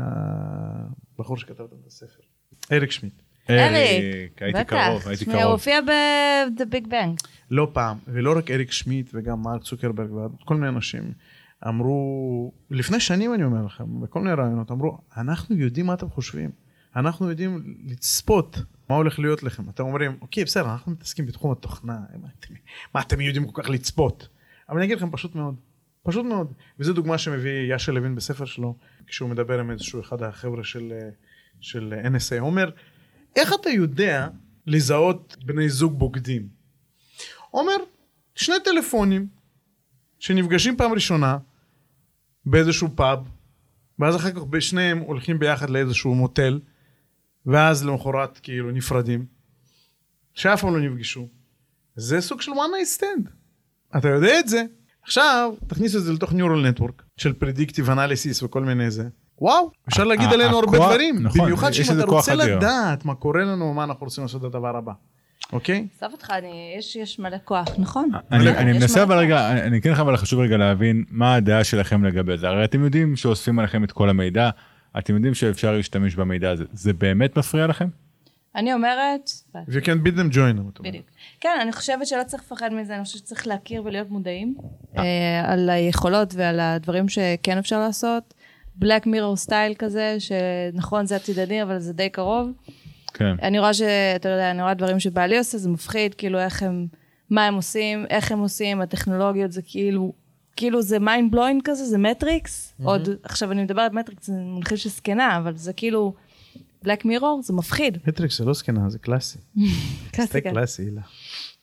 הבחור שכתב את הספר. אריק שמיט. אריק, הייתי קרוב. הוא הופיע ב-The Big Bang. לא פעם, ולא רק אריק שמיט וגם מרק צוקרברג וכל מיני אנשים אמרו, לפני שנים אני אומר לכם, בכל מיני רעיונות, אמרו, אנחנו יודעים מה אתם חושבים, אנחנו יודעים לצפות מה הולך להיות לכם. אתם אומרים, אוקיי, בסדר, אנחנו מתעסקים בתחום התוכנה, מה אתם יודעים כל כך לצפות? אבל אני אגיד לכם, פשוט מאוד. וזו דוגמה שמביא יאשה לוין בספר שלו, כשהוא מדבר עם איזשהו אחד החבר'ה של NSA, הוא אומר, איך אתה יודע לזהות בני זוג בוגדים? הוא אומר, 2 טלפונים שנפגשים פעם ראשונה באיזשהו פאב, ואז אחר כך בשניהם הולכים ביחד לאיזשהו מוטל, ואז למחרת כאילו נפרדים, שאף פעם לא נפגשו. זה סוג של one night stand. אתה יודע את זה? עכשיו, תכניס את זה לתוך Neural Network, של Predictive Analysis וכל מיני זה. וואו, אפשר להגיד עלינו הרבה דברים. במיוחד שאם אתה רוצה לדעת מה קורה לנו, מה אנחנו רוצים לעשות את הדבר הבא. אוקיי? סוף אותך, יש מלא כוח, נכון? אני מנסה אבל רגע, אני כן אבל חשוב רגע להבין מה הדעה שלכם לגבי זה. הרי אתם יודעים שאוספים עליכם את כל המידע, אתם יודעים שאפשר להשתמש במידע הזה. זה באמת מפריע לכם? אני אומרת... You can beat them join. בדיוק. כן, אני חושבת שלא צריך לפחד מזה, אני חושבת שצריך להכיר ולהיות מודעים על היכולות ועל הדברים שכן אפשר לעשות. Black Mirror סטייל כזה, שנכון זה עתידני, אבל זה די קרוב. כן. אני רואה אתה יודע, אני רואה דברים שבעלי עושה, זה מפחיד, כאילו מה הם עושים, איך הם עושים, הטכנולוגיות זה כאילו זה mind blowing כזה, זה מטריקס, עוד, עכשיו אני מדברת מטריקס, זה מונחים של סקנה, אבל זה כאילו, Black Mirror, זה מפחיד. מטריקס זה לא סקנה, זה קלאסי. זה קלאסי, אילה.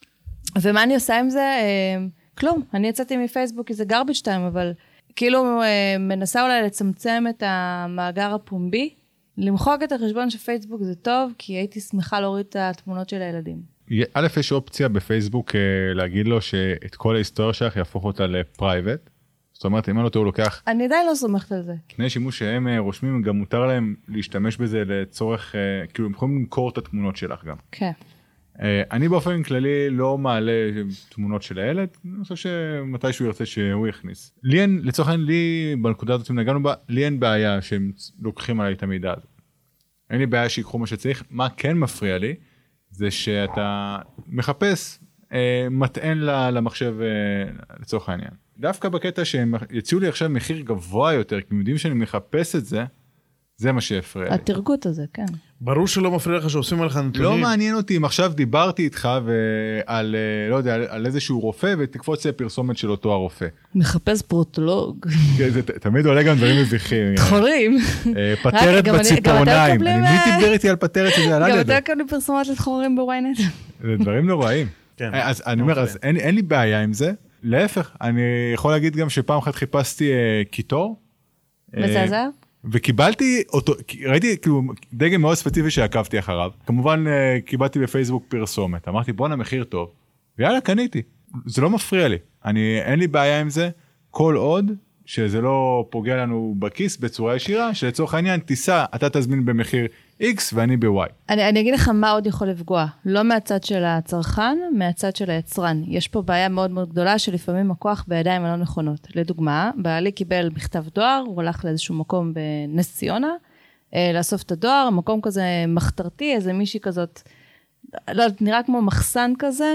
ומה אני עושה עם זה? כלום. אני יצאתי מפייסבוק כי זה garbage time, אבל כאילו מנסה אולי לצמצם את המאגר הפומבי, למחוק את החשבון של פייסבוק זה טוב, כי הייתי שמחה להוריד את התמונות של הילדים. א', יש אופציה בפייסבוק להגיד לו שאת כל ההיסטוריה שלך יהפוך אותה לפרייבט. זאת אומרת, אם אין אותו הוא לוקח... אני עדיין לא סומכת על זה. תנאי שימוש שהם רושמים, גם מותר להם להשתמש בזה לצורך, כאילו הם יכולים למכור את התמונות שלך גם. כן. אני באופן כללי לא מעלה תמונות של הילד, אני חושב שמתי שהוא ירצה שהוא יכניס. לי אין, לצורך העניין, לי בנקודה הזאת נגענו בה, לי אין בעיה שהם לוקחים עליי את המידע הזה. אין לי בעיה שיקחו מה שצריך, מה כן מפריע לי, זה שאתה מחפש מטען למחשב לצורך העניין. דווקא בקטע שהם יציעו לי עכשיו מחיר גבוה יותר, כי הם יודעים שאני מחפש את זה, זה מה שהפריע לי. התרגות הזה, כן. ברור שלא מפריע לך שעושים עליך נתונים. לא מעניין אותי אם עכשיו דיברתי איתך ועל, לא יודע, על איזשהו רופא, ותקפוץ פרסומת של אותו הרופא. מחפש פרוטולוג. זה תמיד עולה גם דברים מביכים. חורים. פטרת בציפורניים. מי דיבר איתי על פטרת שזה עלה לידו? גם אתה קבלים פרסומות לחורים בוויינט. זה דברים נוראים. אז אני אומר, אז אין לי בעיה עם זה. להפך, אני יכול להגיד גם שפעם אחת חיפשתי קיטור. מזעזע? וקיבלתי אותו, ראיתי כאילו דגם מאוד ספציפי שעקבתי אחריו. כמובן קיבלתי בפייסבוק פרסומת. אמרתי בוא נמחיר טוב. ויאללה, קניתי. זה לא מפריע לי. אין לי בעיה עם זה. כל עוד שזה לא פוגע לנו בכיס בצורה ישירה, שלצורך העניין תיסע, אתה תזמין במחיר X ואני ב-Y. אני אגיד לך מה עוד יכול לפגוע. לא מהצד של הצרכן, מהצד של היצרן. יש פה בעיה מאוד מאוד גדולה שלפעמים הכוח בידיים הלא נכונות. לדוגמה, בעלי קיבל מכתב דואר, הוא הלך לאיזשהו מקום בנס ציונה, לאסוף את הדואר, מקום כזה מחתרתי, איזה מישהי כזאת, לא, נראה כמו מחסן כזה,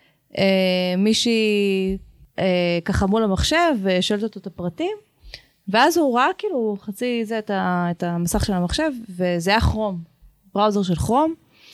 מישהי ככה מול המחשב, ושואלת אותו את הפרטים, ואז הוא ראה כאילו חצי זה את המסך של המחשב, וזה היה כרום, בראוזר של כרום,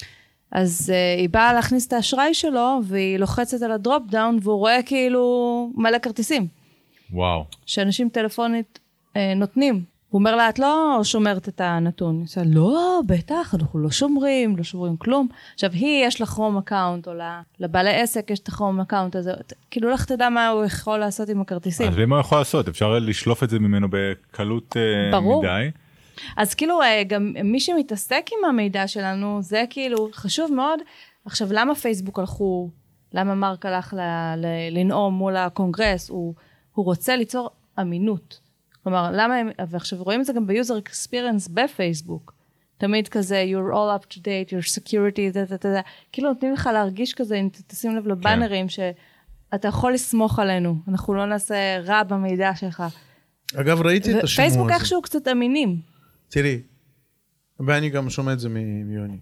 אז היא באה להכניס את האשראי שלו, והיא לוחצת על הדרופ דאון, והוא רואה כאילו מלא כרטיסים. וואו. שאנשים טלפונית נותנים. הוא אומר לה, את לא שומרת את הנתון. היא אומרת, לא, בטח, אנחנו לא שומרים כלום. עכשיו, יש לה כרום אקאונט, או לבעלי עסק יש את הכרום אקאונט הזה. כאילו, לך תדע מה הוא יכול לעשות עם הכרטיסים. אז מה הוא יכול לעשות? אפשר לשלוף את זה ממנו בקלות ברור. מדי. אז כאילו, גם מי שמתעסק עם המידע שלנו, זה כאילו חשוב מאוד. עכשיו, למה פייסבוק הלכו, למה מרק הלך לנאום מול הקונגרס? הוא רוצה ליצור אמינות. כלומר, למה הם, ועכשיו רואים את זה גם ביוזר אקספיריאנס בפייסבוק, תמיד כזה, you're all up to date, your security, כאילו נותנים לך להרגיש כזה, אם תשים לב לבאנרים, שאתה יכול לסמוך עלינו, אנחנו לא נעשה רע במידע שלך. אגב, ראיתי את השימוע הזה. פייסבוק איכשהו קצת אמינים. תראי, ואני גם שומע את זה מיוני.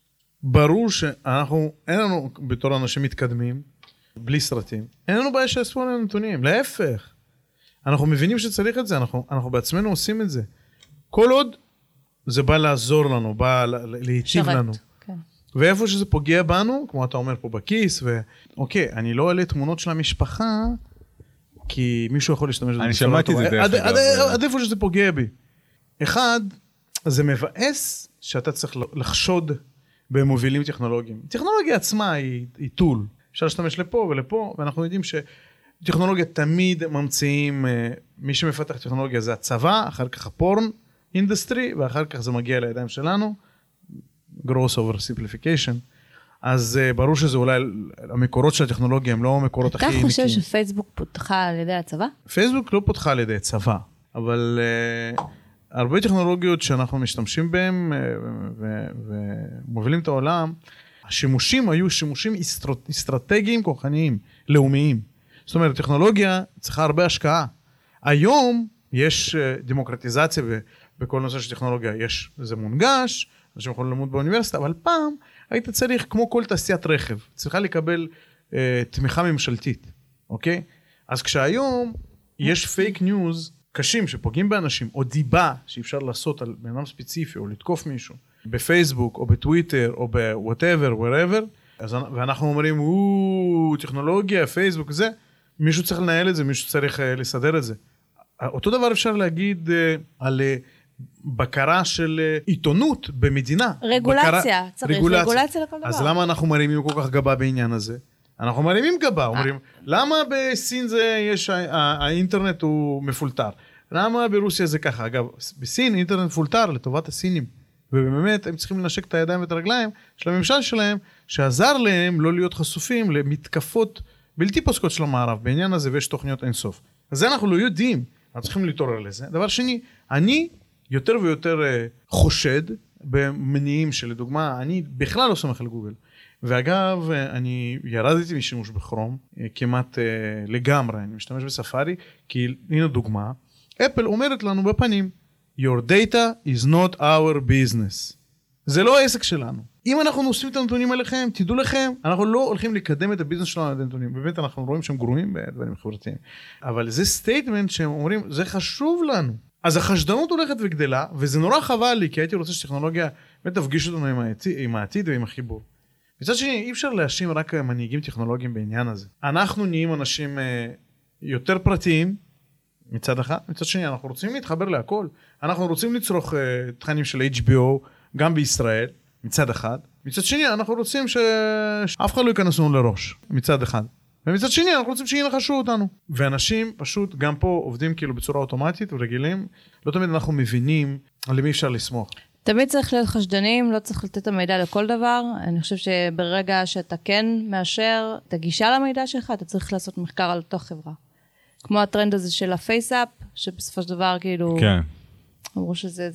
ברור שאנחנו, אין לנו בתור אנשים מתקדמים, בלי סרטים, אין לנו בעיה שיעשו עלינו נתונים, להפך. אנחנו מבינים שצריך את זה, אנחנו בעצמנו עושים את זה. כל עוד זה בא לעזור לנו, בא להיטיב לנו. כן. ואיפה שזה פוגע בנו, כמו אתה אומר פה בכיס, ואוקיי, אני לא אעלה תמונות של המשפחה, כי מישהו יכול להשתמש בזה. אני שמעתי את זה דרך אגב. עד איפה שזה פוגע בי. אחד, זה מבאס שאתה צריך לחשוד במובילים טכנולוגיים. טכנולוגיה עצמה היא טול. אפשר להשתמש לפה ולפה, ואנחנו יודעים טכנולוגיה תמיד ממציאים, מי שמפתח טכנולוגיה זה הצבא, אחר כך הפורן אינדסטרי, ואחר כך זה מגיע לידיים שלנו, gross over simplification. אז ברור שזה אולי, המקורות של הטכנולוגיה הם לא המקורות הכי נקיים. אתה חושב שפייסבוק פותחה על ידי הצבא? פייסבוק לא פותחה על ידי הצבא, אבל הרבה טכנולוגיות שאנחנו משתמשים בהן ומובילים את העולם, השימושים היו שימושים אסטרטגיים כוחניים, לאומיים. זאת אומרת, טכנולוגיה צריכה הרבה השקעה. היום יש דמוקרטיזציה בכל נושא של טכנולוגיה. זה מונגש, אנשים יכולים ללמוד באוניברסיטה, אבל פעם היית צריך, כמו כל תעשיית רכב, צריכה לקבל תמיכה ממשלתית, אוקיי? אז כשהיום יש פייק ניוז קשים שפוגעים באנשים, או דיבה שאפשר לעשות על בן אדם ספציפי, או לתקוף מישהו, בפייסבוק, או בטוויטר, או ב-whatever, wherever, ואנחנו אומרים, טכנולוגיה, פייסבוק, זה, מישהו צריך לנהל את זה, מישהו צריך לסדר את זה. אותו דבר אפשר להגיד על בקרה של עיתונות במדינה. רגולציה, צריך רגולציה לכל דבר. אז למה אנחנו מרימים כל כך גבה בעניין הזה? אנחנו מרימים גבה, אומרים, למה בסין האינטרנט הוא מפולטר? למה ברוסיה זה ככה? אגב, בסין אינטרנט מפולטר לטובת הסינים, ובאמת הם צריכים לנשק את הידיים ואת הרגליים של הממשל שלהם, שעזר להם לא להיות חשופים למתקפות בלתי פוסקות של המערב, בעניין הזה ויש תוכניות אינסוף. אז זה אנחנו לא יודעים, אנחנו צריכים להתעורר לזה. דבר שני, אני יותר ויותר חושד במניעים שלדוגמה, אני בכלל לא סומך על גוגל. ואגב, אני ירדתי משימוש בכרום כמעט לגמרי, אני משתמש בספארי, כי הנה דוגמה, אפל אומרת לנו בפנים, Your data is not our business. זה לא העסק שלנו. אם אנחנו נוספים את הנתונים עליכם, תדעו לכם, אנחנו לא הולכים לקדם את הביזנס שלנו על הנתונים. באמת אנחנו רואים שהם גרועים בדברים חברתיים. אבל זה סטייטמנט שהם אומרים, זה חשוב לנו. אז החשדנות הולכת וגדלה, וזה נורא חבל לי, כי הייתי רוצה שטכנולוגיה באמת תפגיש אותנו עם העתיד ועם החיבור. מצד שני, אי אפשר להאשים רק מנהיגים טכנולוגיים בעניין הזה. אנחנו נהיים אנשים יותר פרטיים, מצד אחד. מצד שני, אנחנו רוצים להתחבר להכל. אנחנו רוצים לצרוך תכנים של HBO, גם בישראל, מצד אחד. מצד שני, אנחנו רוצים שאף אחד לא ייכנס לנו לראש, מצד אחד. ומצד שני, אנחנו רוצים שינחשו אותנו. ואנשים פשוט גם פה עובדים כאילו בצורה אוטומטית ורגילים. לא תמיד אנחנו מבינים על מי אפשר לסמוך. תמיד צריך להיות חשדנים, לא צריך לתת את המידע לכל דבר. אני חושב שברגע שאתה כן מאשר את הגישה למידע שלך, אתה צריך לעשות מחקר על אותו חברה. כמו הטרנד הזה של הפייסאפ, שבסופו של דבר כאילו... כן. אמרו שזה...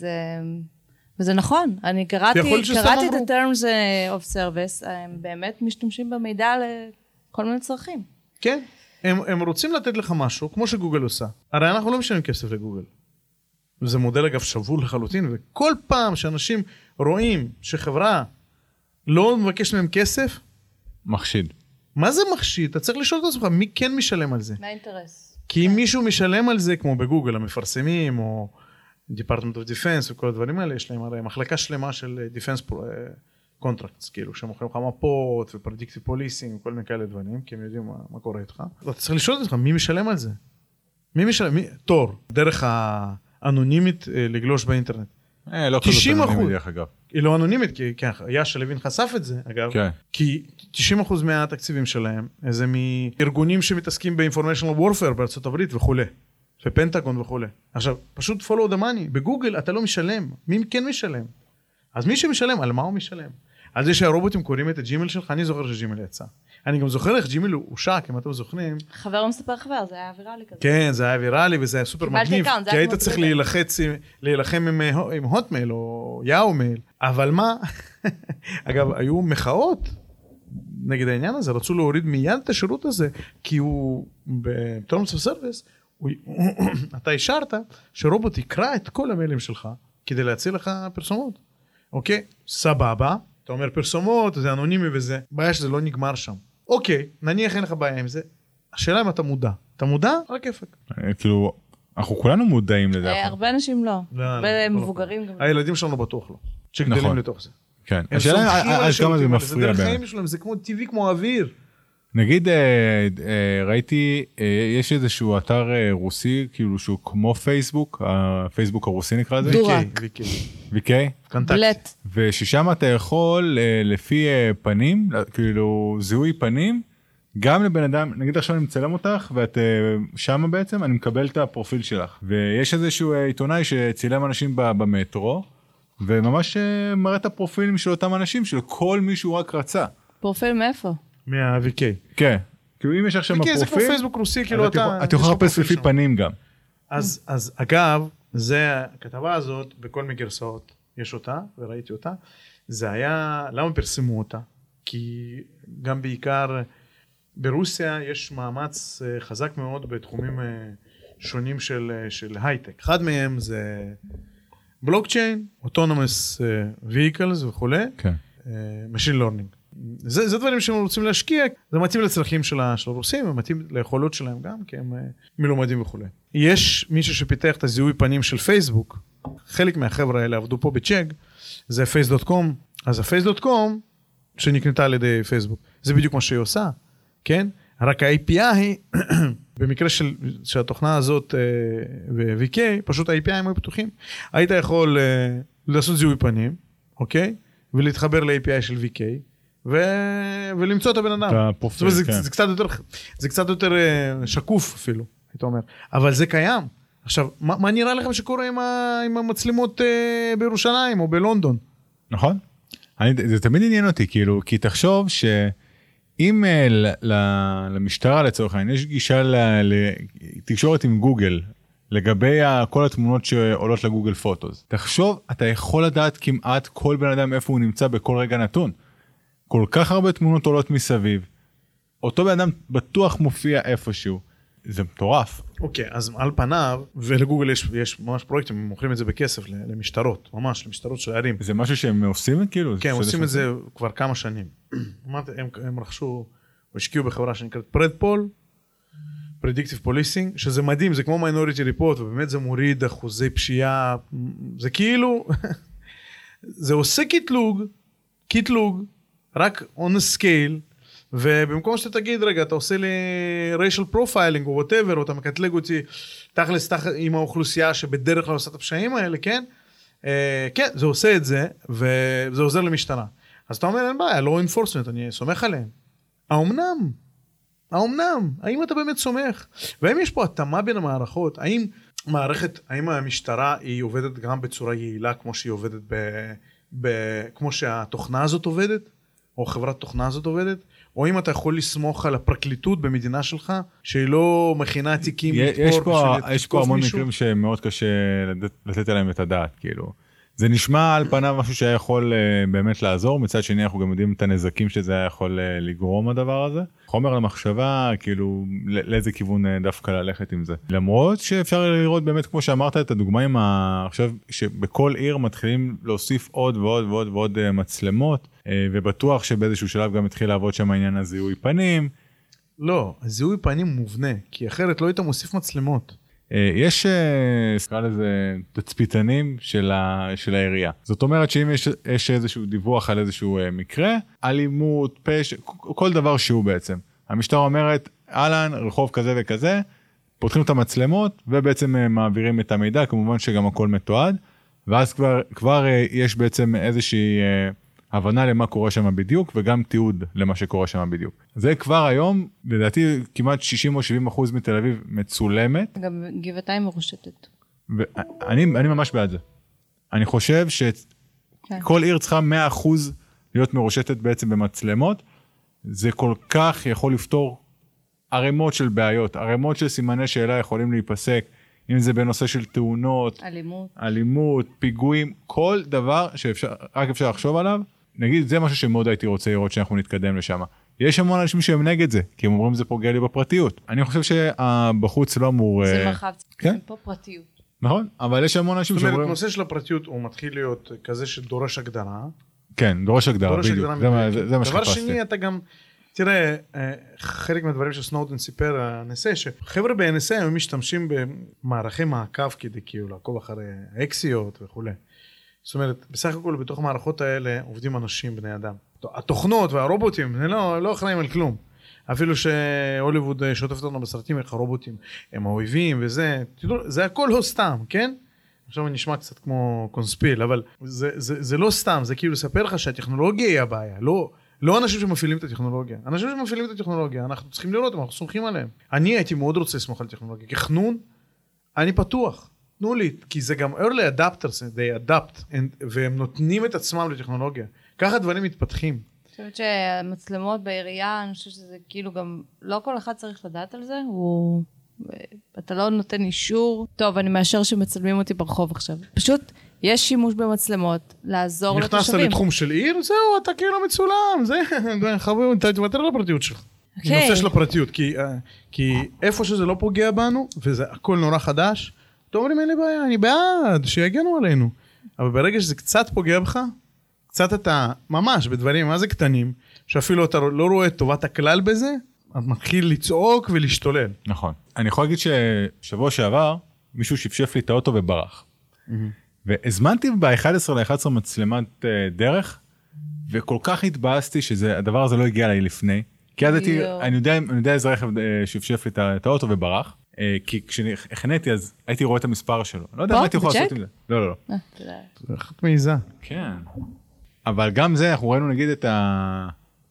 וזה נכון, אני קראתי את ה-terms of service, הם באמת משתמשים במידע לכל מיני צרכים. כן, הם רוצים לתת לך משהו, כמו שגוגל עושה. הרי אנחנו לא משלמים כסף לגוגל. זה מודל אגב שבור לחלוטין, וכל פעם שאנשים רואים שחברה לא מבקש מהם כסף, מחשיד. מה זה מחשיד? אתה צריך לשאול את עצמך, מי כן משלם על זה? מה האינטרס? כי אם מישהו משלם על זה, כמו בגוגל, המפרסמים, או Department of Defense וכל הדברים האלה, יש להם הרי מחלקה שלמה של Defense Contracts, כאילו, שמוכרים לך מפות ו-Predictive Policing וכל מיני כאלה דברים, כי הם יודעים מה קורה איתך. אתה צריך לשאול את עצמך, מי משלם על זה? מי משלם? תור, דרך האנונימית לגלוש באינטרנט. לא כזאת אנונימית דרך אגב. היא לא אנונימית, כי יאשה לוין חשף את זה, אגב, כי 90% מהתקציבים שלהם, זה מארגונים שמתעסקים ב-Informational Warfare בארצות הברית וכו'. בפנטגון וכו'. עכשיו, פשוט follow the money. בגוגל אתה לא משלם. מי כן משלם? אז מי שמשלם, על מה הוא משלם? על זה שהרובוטים קוראים את הג'ימל שלך, אני זוכר שג'ימל יצא. אני גם זוכר איך ג'ימל הוא שק, אם אתם זוכרים. חבר מספר חבר, זה היה ויראלי כזה. כן, זה היה ויראלי וזה היה סופר מגניב. כי היית צריך להילחם עם הוטמייל או יאו מייל. אבל מה? אגב, היו מחאות נגד העניין הזה, רצו להוריד מיד את השירות הזה, כי הוא ב-Terms of Service, אתה השארת שרובוט יקרא את כל המיילים שלך כדי להציל לך פרסומות. אוקיי? סבבה. אתה אומר פרסומות, זה אנונימי וזה. בעיה שזה לא נגמר שם. אוקיי, נניח אין לך בעיה עם זה. השאלה אם אתה מודע. אתה מודע? רק אפק. כאילו, אנחנו כולנו מודעים לדעת. הרבה אנשים לא. הרבה מבוגרים גם. הילדים שלנו בטוח לא. שגדלים לתוך זה. כן. השאלה עד כמה זה מפריע. זה דרך חיים שלהם, זה כמו טבעי, כמו אוויר. נגיד, ראיתי, יש איזשהו אתר רוסי, כאילו שהוא כמו פייסבוק, הפייסבוק הרוסי נקרא לזה? דורק. ויקי? בלט. וששם אתה יכול, לפי פנים, כאילו זיהוי פנים, גם לבן אדם, נגיד עכשיו אני מצלם אותך, ואת שם בעצם, אני מקבל את הפרופיל שלך. ויש איזשהו עיתונאי שצילם אנשים במטרו, וממש מראה את הפרופילים של אותם אנשים, של כל מישהו רק רצה. פרופיל מאיפה? מה-VK. כן. כאילו אם יש עכשיו הפרופיל, זה כמו פייסבוק רוסי, כאילו אתה יכול לחפש לפי פנים גם. אז אגב, זה, הכתבה הזאת, בכל מגרסאות יש אותה, וראיתי אותה, זה היה, למה פרסמו אותה? כי גם בעיקר ברוסיה יש מאמץ חזק מאוד בתחומים שונים של הייטק. אחד מהם זה בלוקצ'יין, אוטונומוס vehicles וכו', machine learning. זה דברים שהם רוצים להשקיע, זה מתאים לצרכים של הרוסים, ומתאים ליכולות שלהם גם, כי הם מלומדים וכו'. יש מישהו שפיתח את הזיהוי פנים של פייסבוק, חלק מהחבר'ה האלה עבדו פה בצ'ק, זה face.com, אז ה-face.com שנקנתה על ידי פייסבוק, זה בדיוק מה שהיא עושה, כן? רק ה-API, במקרה של התוכנה הזאת ב-VK, פשוט ה-API הם היו פתוחים. היית יכול לעשות זיהוי פנים, אוקיי? ולהתחבר ל-API של VK, ולמצוא את הבן אדם. את הפרופיל, כן. זה קצת יותר שקוף אפילו, היית אומר. אבל זה קיים. עכשיו, מה נראה לכם שקורה עם המצלמות בירושלים או בלונדון? נכון. זה תמיד עניין אותי, כאילו, כי תחשוב שאם למשטרה לצורך העניין, יש גישה לתקשורת עם גוגל, לגבי כל התמונות שעולות לגוגל פוטוס. תחשוב, אתה יכול לדעת כמעט כל בן אדם איפה הוא נמצא בכל רגע נתון. כל כך הרבה תמונות עולות מסביב. אותו בן אדם בטוח מופיע איפשהו. זה מטורף. אוקיי, אז על פניו, ולגוגל יש ממש פרויקטים, הם מוכרים את זה בכסף למשטרות, ממש, למשטרות של הערים. זה משהו שהם עושים כאילו? כן, עושים את זה כבר כמה שנים. הם רכשו, השקיעו בחברה שנקראת פרדפול, Predictive Policing, שזה מדהים, זה כמו Minority Report, ובאמת זה מוריד אחוזי פשיעה, זה כאילו, זה עושה קיטלוג, רק on a scale, ובמקום שאתה תגיד, רגע, אתה עושה לי racial profiling או whatever, או אתה מקטלג אותי תכלס עם האוכלוסייה שבדרך כלל עושה את הפשעים האלה, כן? כן, זה עושה את זה, וזה עוזר למשטרה. אז אתה אומר, אין בעיה, law enforcement, אני סומך עליהם. האומנם? האם אתה באמת סומך? והאם יש פה התאמה בין המערכות? האם המשטרה היא עובדת גם בצורה יעילה, כמו שהיא עובדת כמו שהתוכנה הזאת עובדת? או חברת תוכנה הזאת עובדת? או אם אתה יכול לסמוך על הפרקליטות במדינה שלך, שהיא לא מכינה תיקים לתפור. יש פה המון מקרים שמאוד קשה לתת עליהם את הדעת, כאילו. זה נשמע על פניו משהו שהיה יכול באמת לעזור, מצד שני אנחנו גם יודעים את הנזקים שזה היה יכול לגרום הדבר הזה. חומר למחשבה, כאילו, לאיזה כיוון דווקא ללכת עם זה. למרות שאפשר לראות באמת, כמו שאמרת, את הדוגמה עם עכשיו, שבכל עיר מתחילים להוסיף עוד ועוד ועוד ועוד מצלמות, ובטוח שבאיזשהו שלב גם התחיל לעבוד שם העניין הזיהוי פנים. לא, הזיהוי פנים מובנה, כי אחרת לא היית מוסיף מצלמות. יש, נקרא לזה, תצפיתנים של העירייה. זאת אומרת שאם יש איזשהו דיווח על איזשהו מקרה, אלימות, פשע, כל דבר שהוא בעצם. המשטרה אומרת, אהלן, רחוב כזה וכזה, פותחים את המצלמות, ובעצם מעבירים את המידע, כמובן שגם הכל מתועד, ואז כבר יש בעצם איזושהי הבנה למה קורה שם בדיוק, וגם תיעוד למה שקורה שם בדיוק. זה כבר היום, לדעתי, כמעט 60 או 70% מתל אביב מצולמת. גם גבעתיים מרושתת. אני ממש בעד זה. אני חושב שכל עיר צריכה 100% להיות מרושתת בעצם במצלמות. זה כל כך יכול לפתור ערימות של בעיות, ערימות של סימני שאלה יכולים להיפסק, אם זה בנושא של תאונות, אלימות, פיגועים, כל דבר רק אפשר לחשוב עליו. נגיד, זה משהו שמאוד הייתי רוצה לראות שאנחנו נתקדם לשם. יש המון אנשים שהם נגד זה, כי הם אומרים זה פוגע לי בפרטיות. אני חושב שבחוץ לא אמור... זה מרחב, כן? פה פרטיות. נכון, אבל יש המון אנשים שאומרים... זאת אומרת, נושא של הפרטיות הוא מתחיל להיות כזה שדורש הגדרה. כן, דורש הגדרה, בדיוק. זה מה שחפשתי. דבר שני, אתה גם... תראה, חלק מהדברים שסנודן סיפר, ה-NSA, שחבר'ה ב-NSA הם משתמשים במערכי מעקב כדי כאילו לעקוב אחרי האקסיות וכו'. זאת אומרת, בסך הכל בתוך המערכות האלה עובדים אנשים, בני אדם. התוכנות והרובוטים, הם לא אחראים על כלום. אפילו שהוליווד שוטפת אותנו בסרטים, איך הרובוטים הם האויבים וזה, תדעו, זה הכל לא סתם, כן? עכשיו אני נשמע קצת כמו קונספיל, אבל זה לא סתם, זה כאילו לספר לך שהטכנולוגיה היא הבעיה, לא אנשים שמפעילים את הטכנולוגיה. אנשים שמפעילים את הטכנולוגיה, אנחנו צריכים לראות, אנחנו סומכים עליהם. אני הייתי מאוד רוצה לסמוך על טכנולוגיה. כחנון, אני פתוח. תנו לי, כי זה גם early adapters, they adapt, והם נותנים את עצמם לטכנולוגיה. ככה דברים מתפתחים. אני חושבת שהמצלמות בעירייה, אני חושבת שזה כאילו גם, לא כל אחד צריך לדעת על זה, אתה לא נותן אישור. טוב, אני מאשר שמצלמים אותי ברחוב עכשיו. פשוט יש שימוש במצלמות, לעזור לתושבים. נכנסת לתחום של עיר, זהו, אתה כאילו מצולם, זה, חברים, תוותר על הפרטיות שלך. נושא של הפרטיות, כי איפה שזה לא פוגע בנו, וזה הכל נורא חדש, אתה אומרים, אין לי בעיה, אני בעד, שיגנו עלינו. אבל ברגע שזה קצת פוגע בך, קצת אתה ממש בדברים, מה זה קטנים, שאפילו אתה לא רואה את טובת הכלל בזה, אתה מתחיל לצעוק ולהשתולל. נכון. אני יכול להגיד ששבוע שעבר, מישהו שפשף לי את האוטו וברח. והזמנתי ב-11 מצלמת דרך, וכל כך התבאסתי שהדבר הזה לא הגיע אליי לפני, כי אז אני יודע איזה רכב שפשף לי את האוטו וברח, כי כשהכנתי אז הייתי רואה את המספר שלו. לא יודע מה הייתי יכול לעשות עם זה. לא, לא, לא. זה אחת מעיזה. כן. אבל גם זה, אנחנו ראינו נגיד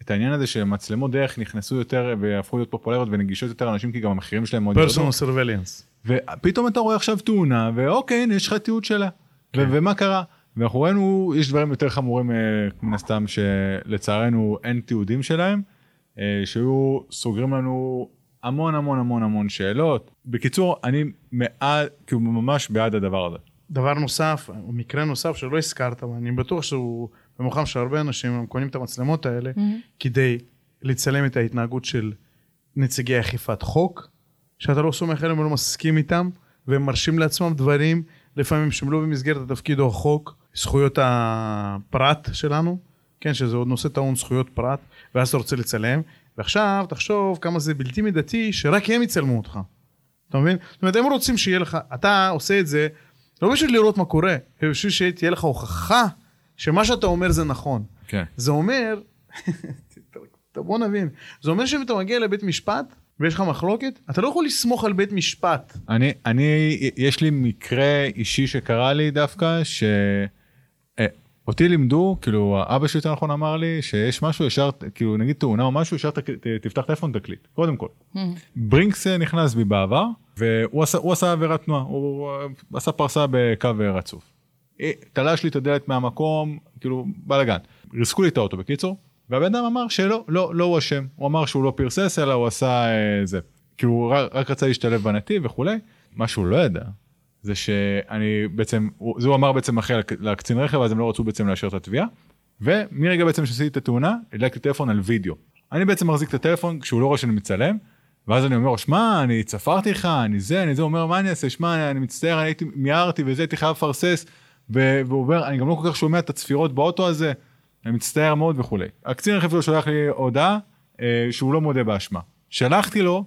את העניין הזה שמצלמות דרך נכנסו יותר והפכו להיות פופולריות ונגישות יותר אנשים, כי גם המחירים שלהם מאוד פרסונל סרוויליאנס. ופתאום אתה רואה עכשיו תאונה, ואוקיי, יש לך תיעוד שלה. ומה קרה? ואנחנו ראינו, יש דברים יותר חמורים מן הסתם, שלצערנו אין תיעודים שלהם, שהיו סוגרים לנו המון המון המון המון שאלות. בקיצור, אני כאילו ממש בעד הדבר הזה. דבר נוסף, מקרה נוסף שלא הזכרת, אבל אני בטוח שהוא במוחם של הרבה אנשים, הם קונים את המצלמות האלה, כדי לצלם את ההתנהגות של נציגי אכיפת חוק, שאתה לא סומך עליהם ולא מסכים איתם, והם מרשים לעצמם דברים, לפעמים שהם לא במסגרת התפקיד או החוק, זכויות הפרט שלנו, כן, שזה עוד נושא טעון זכויות פרט, ואז אתה רוצה לצלם, ועכשיו תחשוב כמה זה בלתי מידתי, שרק הם יצלמו אותך. אתה מבין? זאת אומרת, הם רוצים שיהיה לך, אתה עושה את זה, לא בשביל לראות מה קורה, בשביל שתהיה לך הוכחה, שמה שאתה אומר זה נכון. כן. זה אומר, בוא נבין, זה אומר שאם אתה מגיע לבית משפט, ויש לך מחלוקת, אתה לא יכול לסמוך על בית משפט. יש לי מקרה אישי שקרה לי דווקא, אותי לימדו, כאילו, האבא שלי יותר נכון אמר לי, שיש משהו ישר, כאילו, נגיד תאונה או משהו, ישר תפתח טלפון תקליט, קודם כל. ברינקס נכנס בי בעבר, והוא עשה עבירת תנועה, הוא עשה פרסה בקו רצוף. תלש לי את הדלת מהמקום, כאילו, בלגן. ריסקו לי את האוטו בקיצור, והבן אדם אמר שלא, לא הוא אשם. הוא אמר שהוא לא פרסס, אלא הוא עשה זה. כאילו, הוא רק רצה להשתלב בנתיב וכו'. מה שהוא לא ידע, זה שאני בעצם, זה הוא אמר בעצם אחרי לקצין רכב, אז הם לא רצו בעצם לאשר את התביעה, ומרגע בעצם שעשיתי את התאונה, הדלקתי טלפון על וידאו. אני בעצם מחזיק את הטלפון, כשהוא לא רואה שאני מצלם, ואז אני אומר, שמע, אני צפרתי לך, אני זה, הוא אומר, מה אני אעשה? שמע, אני מצטער, אני הייתי מיהרתי וזה, הייתי חייב לפרסס, והוא אומר, אני גם לא כל כך שומע את הצפירות באוטו הזה, אני מצטער מאוד וכו'. הקצין רכב שלו שלח לי הודעה, שהוא לא מודה באשמה. שלחתי לו,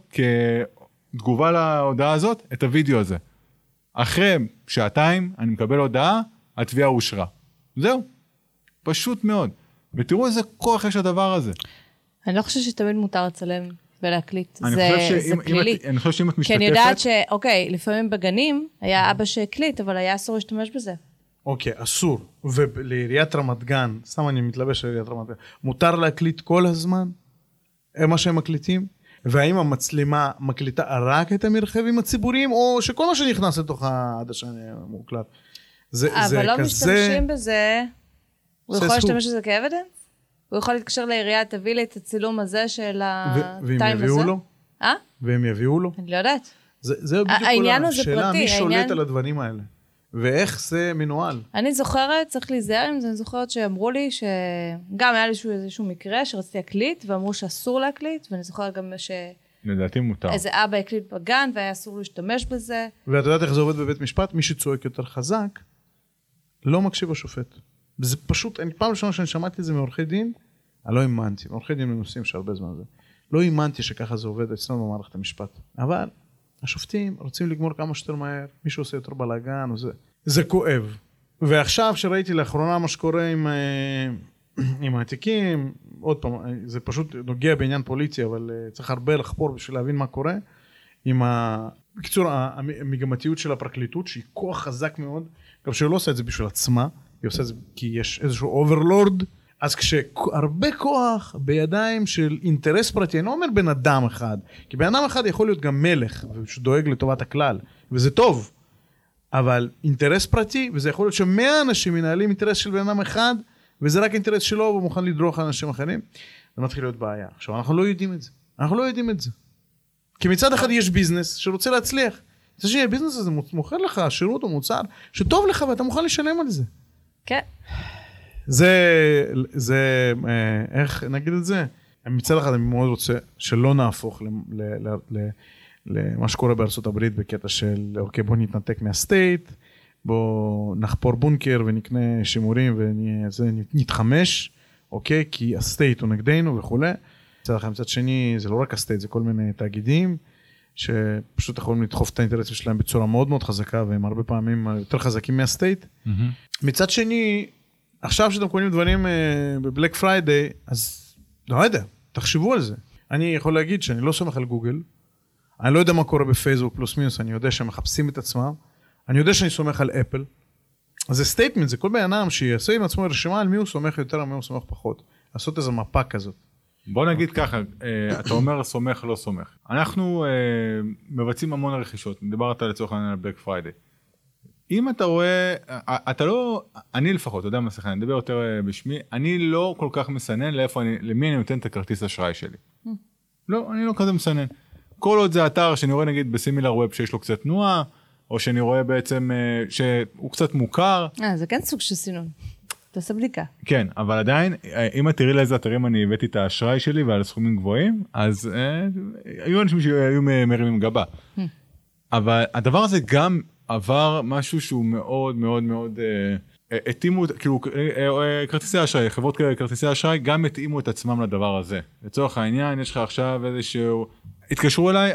כתגובה להודעה הזאת, את הוידאו הזה. אחרי שעתיים, אני מקבל הודעה, התביעה אושרה. זהו. פשוט מאוד. ותראו איזה כוח יש לדבר הזה. אני לא חושב שתמיד מותר לצלם ולהקליט. זה פלילי. אני חושב שאם את משתתפת... כי אני יודעת שאוקיי, לפעמים בגנים, היה אבא שהקליט, אבל היה אסור להשתמש בזה. אוקיי, אסור. ולעיריית רמת גן, סתם אני מתלבש לעיריית רמת גן, מותר להקליט כל הזמן? מה שהם מקליטים? והאם המצלמה מקליטה רק את המרחבים הציבוריים, או שכל מה שנכנס לתוך העדשה מוקלט? אבל לא משתמשים בזה, הוא יכול להשתמש בזה כאבדנס? הוא יכול להתקשר לעירייה, תביא לי את הצילום הזה של הטיים הזה? והם יביאו לו? והם יביאו לו? אני לא יודעת. זה בדיוק כל השאלה, מי שולט על הדברים האלה? ואיך זה מנוהל? אני זוכרת, צריך להיזהר עם זה, אני זוכרת שאמרו לי שגם היה לי איזשהו מקרה שרציתי להקליט, ואמרו שאסור להקליט, ואני זוכרת גם לדעתי מותר. איזה אבא הקליט בגן, והיה אסור להשתמש בזה. ואת יודעת איך זה עובד בבית משפט? מי שצועק יותר חזק, לא מקשיב השופט. זה פשוט, פעם ראשונה שאני שמעתי את זה מעורכי דין, אני לא האמנתי, מעורכי דין מנוסים שהרבה זמן זה. לא האמנתי שככה זה עובד אצלנו במערכת המשפט. אבל השופטים רוצים לגמור כמה שיותר מהר, מישהו עושה יותר בלגן, זה כואב. ועכשיו שראיתי לאחרונה מה שקורה עם העתיקים, עוד פעם, זה פשוט נוגע בעניין פוליטי, אבל צריך הרבה לחפור בשביל להבין מה קורה, בקיצור, המגמתיות של הפרקליטות, שהיא כוח חזק מאוד, גם שהיא לא עושה את זה בשביל עצמה, היא עושה את זה כי יש איזשהו אוברלורד, אז כשהרבה כוח בידיים של אינטרס פרטי, אני לא אומר בן אדם אחד, כי בן אדם אחד יכול להיות גם מלך, שדואג לטובת הכלל, וזה טוב, אבל אינטרס פרטי, וזה יכול להיות ש100 אנשים מנהלים אינטרס של בן אדם אחד, וזה רק אינטרס שלו, והוא מוכן לדרוך על אנשים אחרים, זה מתחיל להיות בעיה. עכשיו, אנחנו לא יודעים את זה. אנחנו לא יודעים את זה. כי מצד אחד יש ביזנס שרוצה להצליח. מצד שני, הביזנס הזה מוכר לך שירות או מוצר, שטוב לך ואתה מוכן לשלם על זה. כן. זה, איך נגיד את זה? מצד אחד אני מאוד רוצה שלא נהפוך למה שקורה בארצות הברית בקטע של, אוקיי, בוא נתנתק מהסטייט, בוא נחפור בונקר ונקנה שימורים ונתחמש, אוקיי? כי הסטייט הוא נגדנו וכו'. מצד שני, זה לא רק הסטייט, זה כל מיני תאגידים, שפשוט יכולים לדחוף את האינטרסים שלהם בצורה מאוד מאוד חזקה, והם הרבה פעמים יותר חזקים מהסטייט. מצד שני, עכשיו שאתם קונים דברים בבלק פריידיי, אז לא יודע, תחשבו על זה. אני יכול להגיד שאני לא סומך על גוגל, אני לא יודע מה קורה בפייסבוק פלוס מינוס, אני יודע שהם מחפשים את עצמם, אני יודע שאני סומך על אפל, אז זה סטייטמנט, זה כל בן אדם שיעשה עם עצמו רשימה על מי הוא סומך יותר, על מי הוא סומך פחות. לעשות איזו מפה כזאת. בוא נגיד ככה, אתה אומר סומך לא סומך. אנחנו מבצעים המון רכישות, דיברת לצורך העניין על בלק פריידי. אם אתה רואה, אתה לא, אני לפחות, אתה יודע מה סליחה, אני מדבר יותר בשמי, אני לא כל כך מסנן למי אני נותן את הכרטיס אשראי שלי. לא, אני לא כזה מסנן. כל עוד זה אתר שאני רואה נגיד בסימילר ווב שיש לו קצת תנועה, או שאני רואה בעצם שהוא קצת מוכר. זה כן סוג של סינון. תעשה בדיקה. כן, אבל עדיין, אם את תראי לאיזה אתרים אני הבאתי את האשראי שלי ועל סכומים גבוהים, אז היו אנשים שהיו מרימים גבה. אבל הדבר הזה גם עבר משהו שהוא מאוד מאוד מאוד, התאימו, כאילו, כרטיסי האשראי, חברות כרטיסי האשראי גם התאימו את עצמם לדבר הזה. לצורך העניין, יש לך עכשיו איזשהו, התקשרו אליי,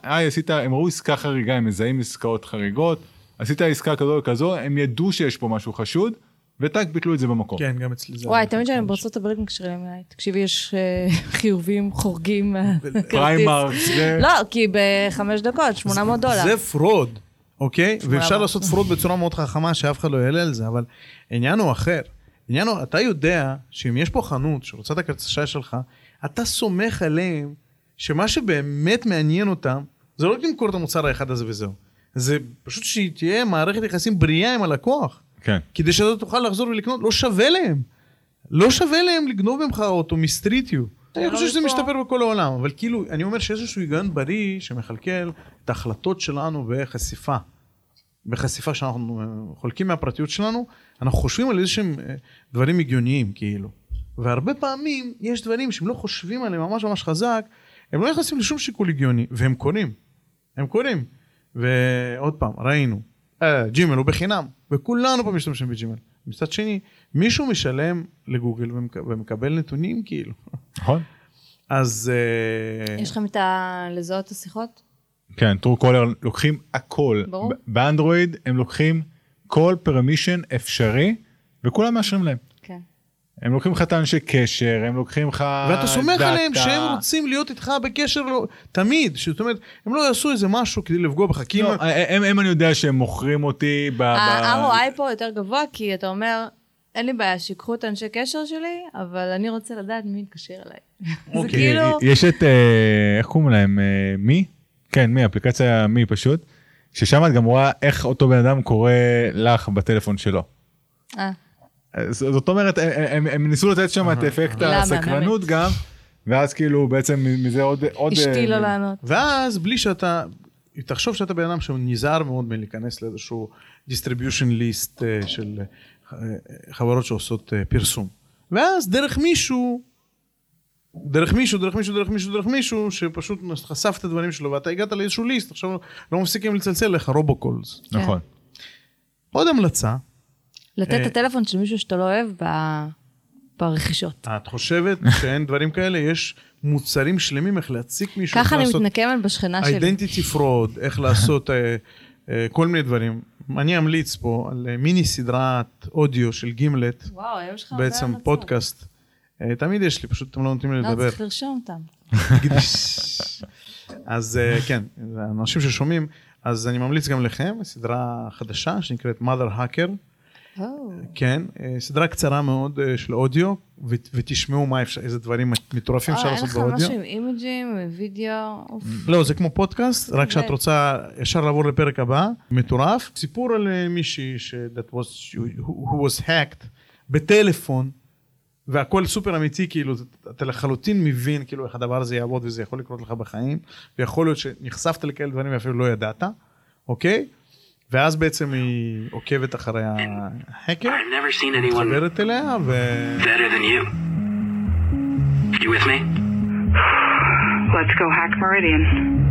הם ראו עסקה חריגה, הם מזהים עסקאות חריגות, עשית עסקה כזו וכזו, הם ידעו שיש פה משהו חשוד, וטק ביטלו את זה במקום. כן, גם אצלי זה. וואי, תמיד שאני בארצות הברית מקשרים אליי. תקשיבי, יש חיובים חורגים. פריימרק. לא, כי ב5 דקות, $800. זה פרוד, אוקיי? ואפשר לעשות פרוד בצורה מאוד חכמה, שאף אחד לא יעלה על זה, אבל העניין הוא אחר. העניין הוא, אתה יודע שאם יש פה חנות שרוצה את הכרטיס אשראי שלך, אתה סומך עליהם שמה שבאמת מעניין אותם, זה לא למכור את המוצר האחד הזה וזהו. זה פשוט שתהיה מערכת יחסים בריאה עם הלקוח. כן. כדי שאתה תוכל לחזור ולקנות, לא שווה להם. לא שווה להם לגנוב ממך אוטו מסטריטיו. אני חושב שזה משתפר בכל העולם, אבל כאילו, אני אומר שאיזשהו היגיון בריא שמחלקל את ההחלטות שלנו בחשיפה. בחשיפה שאנחנו חולקים מהפרטיות שלנו, אנחנו חושבים על איזשהם דברים הגיוניים, כאילו. והרבה פעמים יש דברים שהם לא חושבים עליהם ממש ממש חזק, הם לא נכנסים לשום שיקול הגיוני, והם קונים. הם קונים. ועוד פעם, ראינו, ג'ימל הוא בחינם, וכולנו פה משתמשים בג'ימל. מצד שני, מישהו משלם לגוגל ומקבל נתונים כאילו. נכון. אז... יש לכם לזהות את השיחות? כן, טרו קולר לוקחים הכל. ברור. באנדרואיד הם לוקחים כל פרמישן אפשרי, וכולם מאשרים להם. כן. הם לוקחים לך את האנשי קשר, הם לוקחים לך ואתה סומך עליהם שהם רוצים להיות איתך בקשר תמיד, זאת אומרת, הם לא יעשו איזה משהו כדי לפגוע בך. לא, הם אני יודע שהם מוכרים אותי ה-ROI פה יותר גבוה, כי אתה אומר, אין לי בעיה, שיקחו את האנשי קשר שלי, אבל אני רוצה לדעת מי מתקשר אליי. זה כאילו... יש את, איך קוראים להם, מי? כן, מי, אפליקציה מי פשוט, ששם את גם רואה איך אותו בן אדם קורא לך בטלפון שלו. זאת אומרת, הם ניסו לתת שם את אפקט הסקרנות גם, ואז כאילו בעצם מזה עוד... אשתי לא לענות. ואז בלי שאתה, תחשוב שאתה בן אדם שהוא נזהר מאוד מלהיכנס לאיזשהו distribution list של חברות שעושות פרסום. ואז דרך מישהו, שפשוט חשף את הדברים שלו, ואתה הגעת לאיזשהו ליסט, עכשיו לא מפסיקים לצלצל לך רובוקולס. נכון. עוד המלצה, לתת את הטלפון של מישהו שאתה לא אוהב ברכישות. את חושבת שאין דברים כאלה? יש מוצרים שלמים איך להציק מישהו. ככה אני מתנקמת בשכנה שלי. אידנטיטי פרוד, איך לעשות כל מיני דברים. אני אמליץ פה על מיני סדרת אודיו של גימלט. וואו, היום שלך הרבה בעצם פודקאסט. תמיד יש לי, פשוט אתם לא נותנים לי לדבר. לא, צריך לרשום אותם. אז כן, אנשים ששומעים, אז אני ממליץ גם לכם, סדרה חדשה שנקראת Mother Hacker. כן, סדרה קצרה מאוד של אודיו, ותשמעו מה אפשר, איזה דברים מטורפים אפשר לעשות באודיו. אין לך משהו עם אימג'ים, וידאו? לא, זה כמו פודקאסט, רק שאת רוצה ישר לעבור לפרק הבא, מטורף. סיפור על מישהי who was hacked בטלפון, והכל סופר אמיתי, כאילו, אתה לחלוטין מבין, כאילו, איך הדבר הזה יעבוד, וזה יכול לקרות לך בחיים, ויכול להיות שנחשפת לכאלה דברים, ואפילו לא ידעת, אוקיי? ואז בעצם היא עוקבת אחרי ההקר, מתחברת אליה, better than you. You with me? Let's go hack Meridian.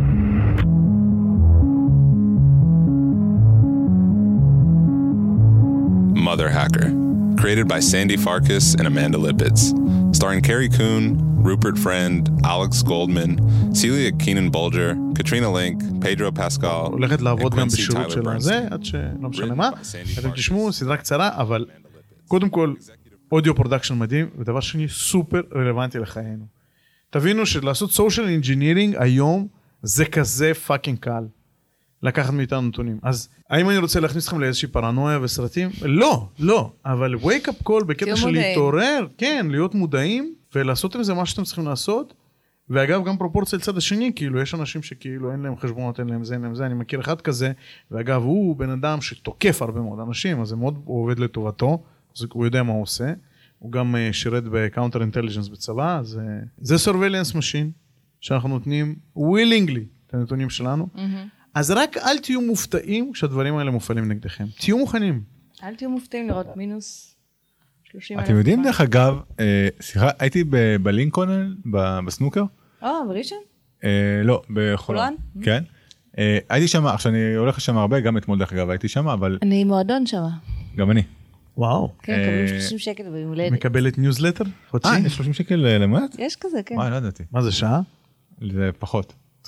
Mother Hacker, created by Sandy Farkas and Amanda Lipitz, starring Carrie Coon, Rupert Friend, Alex Goldman, Celia Keenan-Bolger, Katrina Link, Pedro Pascal, הולכת לעבוד גם בשירות של זה, עד שלא משנה מה. אתם תשמעו, סדרה קצרה, אבל קודם כל, אודיו פרודקשן מדהים, ודבר שני, סופר רלוונטי לחיינו. תבינו שלעשות סושיאל אינג'ינירינג היום, זה כזה פאקינג קל. לקחת מאיתנו נתונים. אז האם אני רוצה להכניס לכם לאיזושהי פרנויה וסרטים? לא, אבל wake up call בקטע של להתעורר, כן, להיות מודעים, ולעשות עם זה מה שאתם צריכים לעשות, ואגב, גם פרופורציה לצד השני, כאילו, יש אנשים שכאילו אין להם חשבונות, אין להם זה, אין להם זה, אני מכיר אחד כזה, ואגב, הוא בן אדם שתוקף הרבה מאוד אנשים, אז זה מאוד עובד לטובתו, אז הוא יודע מה הוא עושה, הוא גם שירת בקאונטר אינטליג'נס בצבא, זה surveillance machine, שאנחנו נותנים willingly את הנתונים שלנו, אז רק אל תהיו מופתעים כשהדברים האלה מופעלים נגדכם, תהיו מוכנים. אל תהיו מופתעים לראות מינוס 30,000. אתם יודעים דרך אגב, סליחה, הייתי בלינקולן, בסנוקר? בראשון? לא, בחולון. כן. הייתי שם, עכשיו אני הולך לשם הרבה, גם אתמול דרך אגב הייתי שם, אבל... אני מועדון שם. גם אני. וואו. כן, קבלים 30 שקל ביום הולדת. מקבלת ניוזלטר? חודשי? יש 30 שקל למועד? יש כזה, כן. לא ידעתי. מה זה, שעה? זה פחות.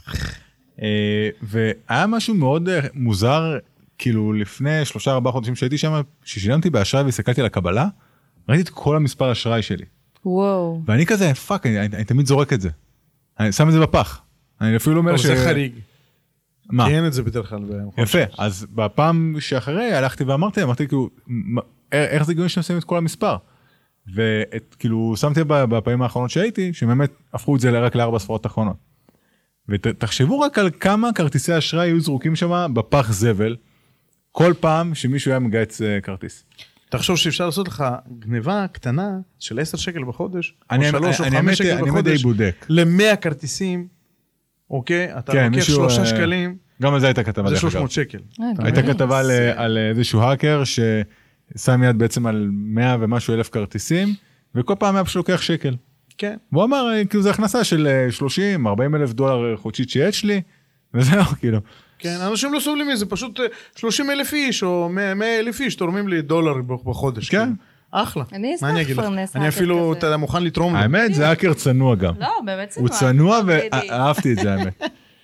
והיה משהו מאוד מוזר, כאילו לפני 3-4 חודשים שהייתי שם, ששילמתי באשראי והסתכלתי על הקבלה, ראיתי את כל המספר אשראי שלי. וואו. ואני כזה, פאק, אני תמיד זורק את זה. אני שם את זה בפח. אני אפילו אומר זה חריג. מה? כי אין את זה בדרך כלל. יפה, אז בפעם שאחרי הלכתי ואמרתי כאילו, איך זה הגיוני שאתם שמים את כל המספר? וכאילו שמתי בפעמים האחרונות שהייתי, שבאמת הפכו את זה רק ל4 ספרות אחרונות. ותחשבו רק על כמה כרטיסי אשראי היו זרוקים שם בפח זבל, כל פעם שמישהו היה מגייץ כרטיס. תחשוב שאפשר לעשות לך גניבה קטנה של 10 שקל בחודש, או אני 3 או 5 שקל בחודש, ל100 כרטיסים, אוקיי? אתה לוקח 3 שקלים, גם על זה הייתה כתבה. זה 300 שקל. הייתה כתבה על איזשהו האקר ששם יד בעצם על 100 ומשהו אלף כרטיסים, וכל פעם היה פשוט לוקח שקל. כן. והוא אמר, כאילו זה הכנסה של 30-40 אלף דולר חודשית שיש לי, וזהו, כאילו. כן, אנשים לא סובלים מזה, פשוט 30,000 איש או 100,000 איש תורמים לי $1 בחודש. כן. אחלה. אני אשמח לפרנס האקר אני אפילו, אתה יודע, מוכן לתרום לו. האמת, זה האקר צנוע גם. לא, באמת צנוע. הוא צנוע ואהבתי את זה, האמת.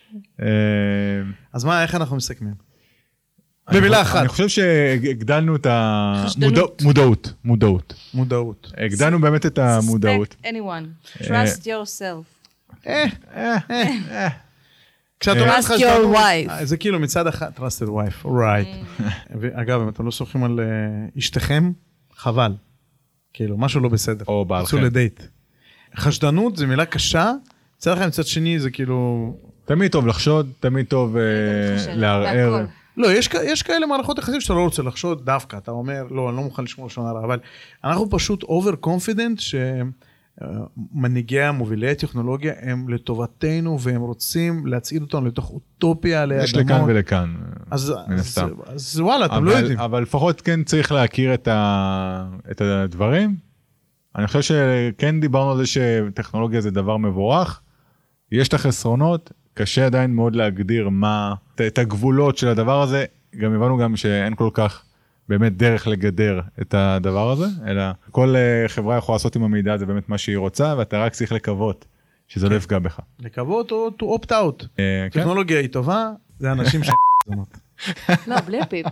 אז מה, איך אנחנו מסכמים? במילה אחת. אני חושב שהגדלנו את המודעות. הגדלנו באמת את המודעות. Respect anyone. Trust yourself. Trust your wife. זה כאילו מצד אחד, trust your wife, right. ואגב, אם אתם לא סומכים על אשתכם, חבל. כאילו, משהו לא בסדר. או בעלכם. עשו לדייט. חשדנות זה מילה קשה, מצד אחד מצד שני זה כאילו... תמיד טוב לחשוד, תמיד טוב לערער. לא, יש כאלה מערכות יחסים שאתה לא רוצה לחשוד דווקא, אתה אומר, לא, אני לא מוכן לשמור לשון הרע, אבל אנחנו פשוט over confident שמנהיגי המובילי הטכנולוגיה הם לטובתנו, והם רוצים להצעיד אותנו לתוך אוטופיה ליד יש לכאן ולכאן, מן הסתם. אז וואלה, אתם לא יודעים. אבל לפחות כן צריך להכיר את הדברים. אני חושב שכן דיברנו על זה שטכנולוגיה זה דבר מבורך, יש את החסרונות, קשה עדיין מאוד להגדיר את הגבולות של הדבר הזה, גם הבנו גם שאין כל כך באמת דרך לגדר את הדבר הזה, אלא כל חברה יכולה לעשות עם המידע הזה באמת מה שהיא רוצה, ואתה רק צריך לקוות שזה לא יפגע בך. לקוות או to opt out. טכנולוגיה היא טובה, זה אנשים לא, בלי פיפ.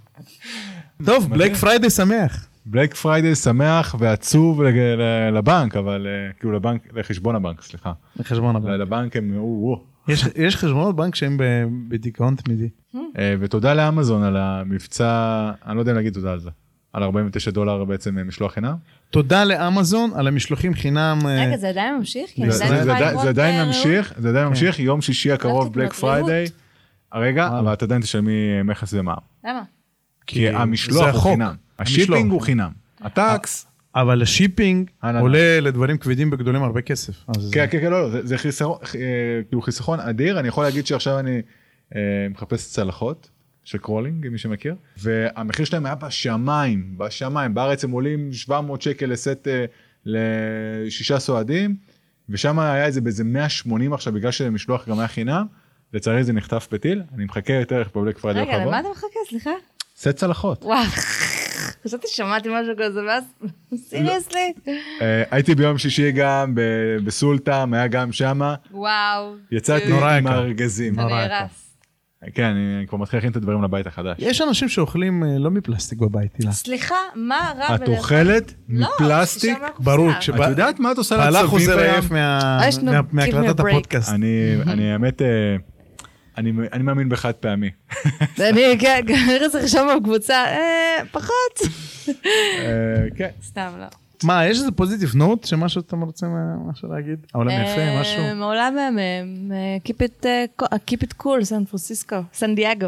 טוב, בלייק פריידי שמח. בלייק פריידי שמח ועצוב לבנק, אבל כאילו לחשבון הבנק, סליחה. לחשבון הבנק. לבנק הם, יש חשבונות בנק שהם בדיכאון תמידי. ותודה לאמזון על המבצע, אני לא יודע אם להגיד תודה על זה, על $49 בעצם משלוח חינם. תודה לאמזון על המשלוחים חינם. רגע, זה עדיין ממשיך? זה עדיין ממשיך, יום שישי הקרוב בלייק פריידי. רגע, אבל אתה עדיין תשלמי מכס ומע"מ. למה? כי המשלוח הוא חינם. השיפינג הוא חינם. הטקס. אבל השיפינג עולה לדברים כבדים בגדולים הרבה כסף. כן, כן, לא, זה חיסכון אדיר. אני יכול להגיד שעכשיו אני מחפש צלחות של קרולינג, מי שמכיר, והמחיר שלהם היה בשמיים. בארץ הם עולים 700 שקל לסט ל6 סועדים, ושם היה את זה באיזה 180 עכשיו, בגלל שמשלוח גם היה חינם, לצערי זה נחטף בטיל, אני מחכה יותר בבלייק פריידי. רגע, למה אתה מחכה? סליחה? סט צלחות. וואו. חשבתי שמעתי משהו כזה, ואז סיריוסלי. הייתי ביום שישי גם בסולטם, היה גם שמה. וואו. יצאתי עם הארגזים. אתה נהרס. כן, אני כבר מתחיל להכין את הדברים לבית החדש. יש אנשים שאוכלים לא מפלסטיק בבית, הילה. סליחה, מה רע את אוכלת מפלסטיק? ברור. את יודעת מה את עושה לעצבים? פעלה חוזר עייף מהקלטת הפודקאסט. אני האמת... אני מאמין בחד פעמי. אני, כנראה זה חשוב בקבוצה, פחות. כן. סתם לא. מה, יש איזה פוזיטיב נוט שמשהו אתם רוצים משהו להגיד? העולם יפה, משהו? מעולם מהמם, keep it cool, סן פרנסיסקו, סן דייגו.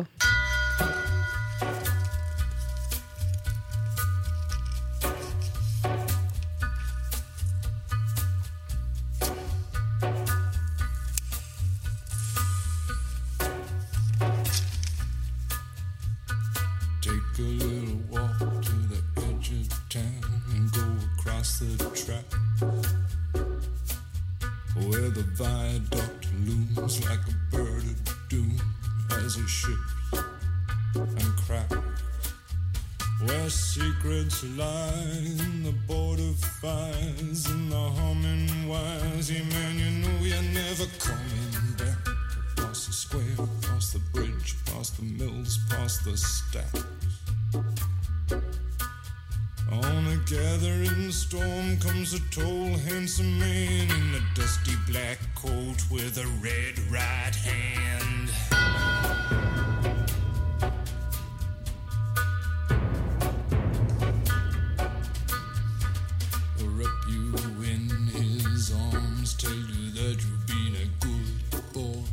A tall, handsome man in a dusty black coat with a red right hand. Wrap you in his arms, tell you that you've been a good boy.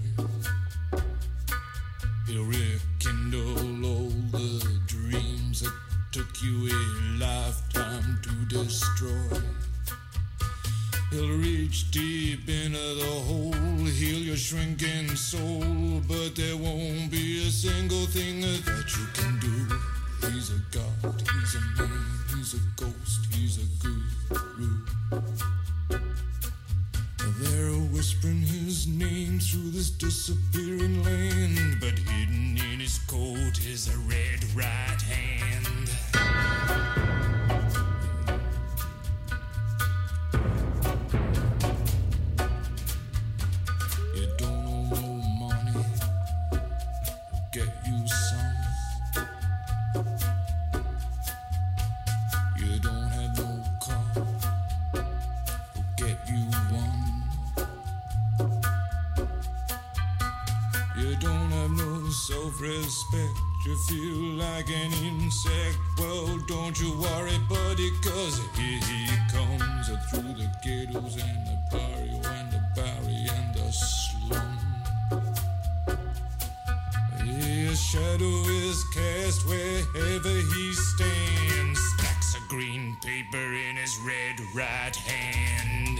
He'll rekindle all the dreams that took you a lifetime to destroy. He'll reach deep into the hole, heal your shrinking soul, but there won't be a single thing that you can do. He's a god, he's a man, he's a ghost, he's a guru. They're whispering his name through this disappearing land, but hidden in his coat is a red right hand. Self-respect, you feel like an insect. Well, don't you worry, buddy, 'cause here he comes through the ghettos and the barrio and the barry and the slum. His shadow is cast wherever he stands. Stacks of green paper in his red right hand.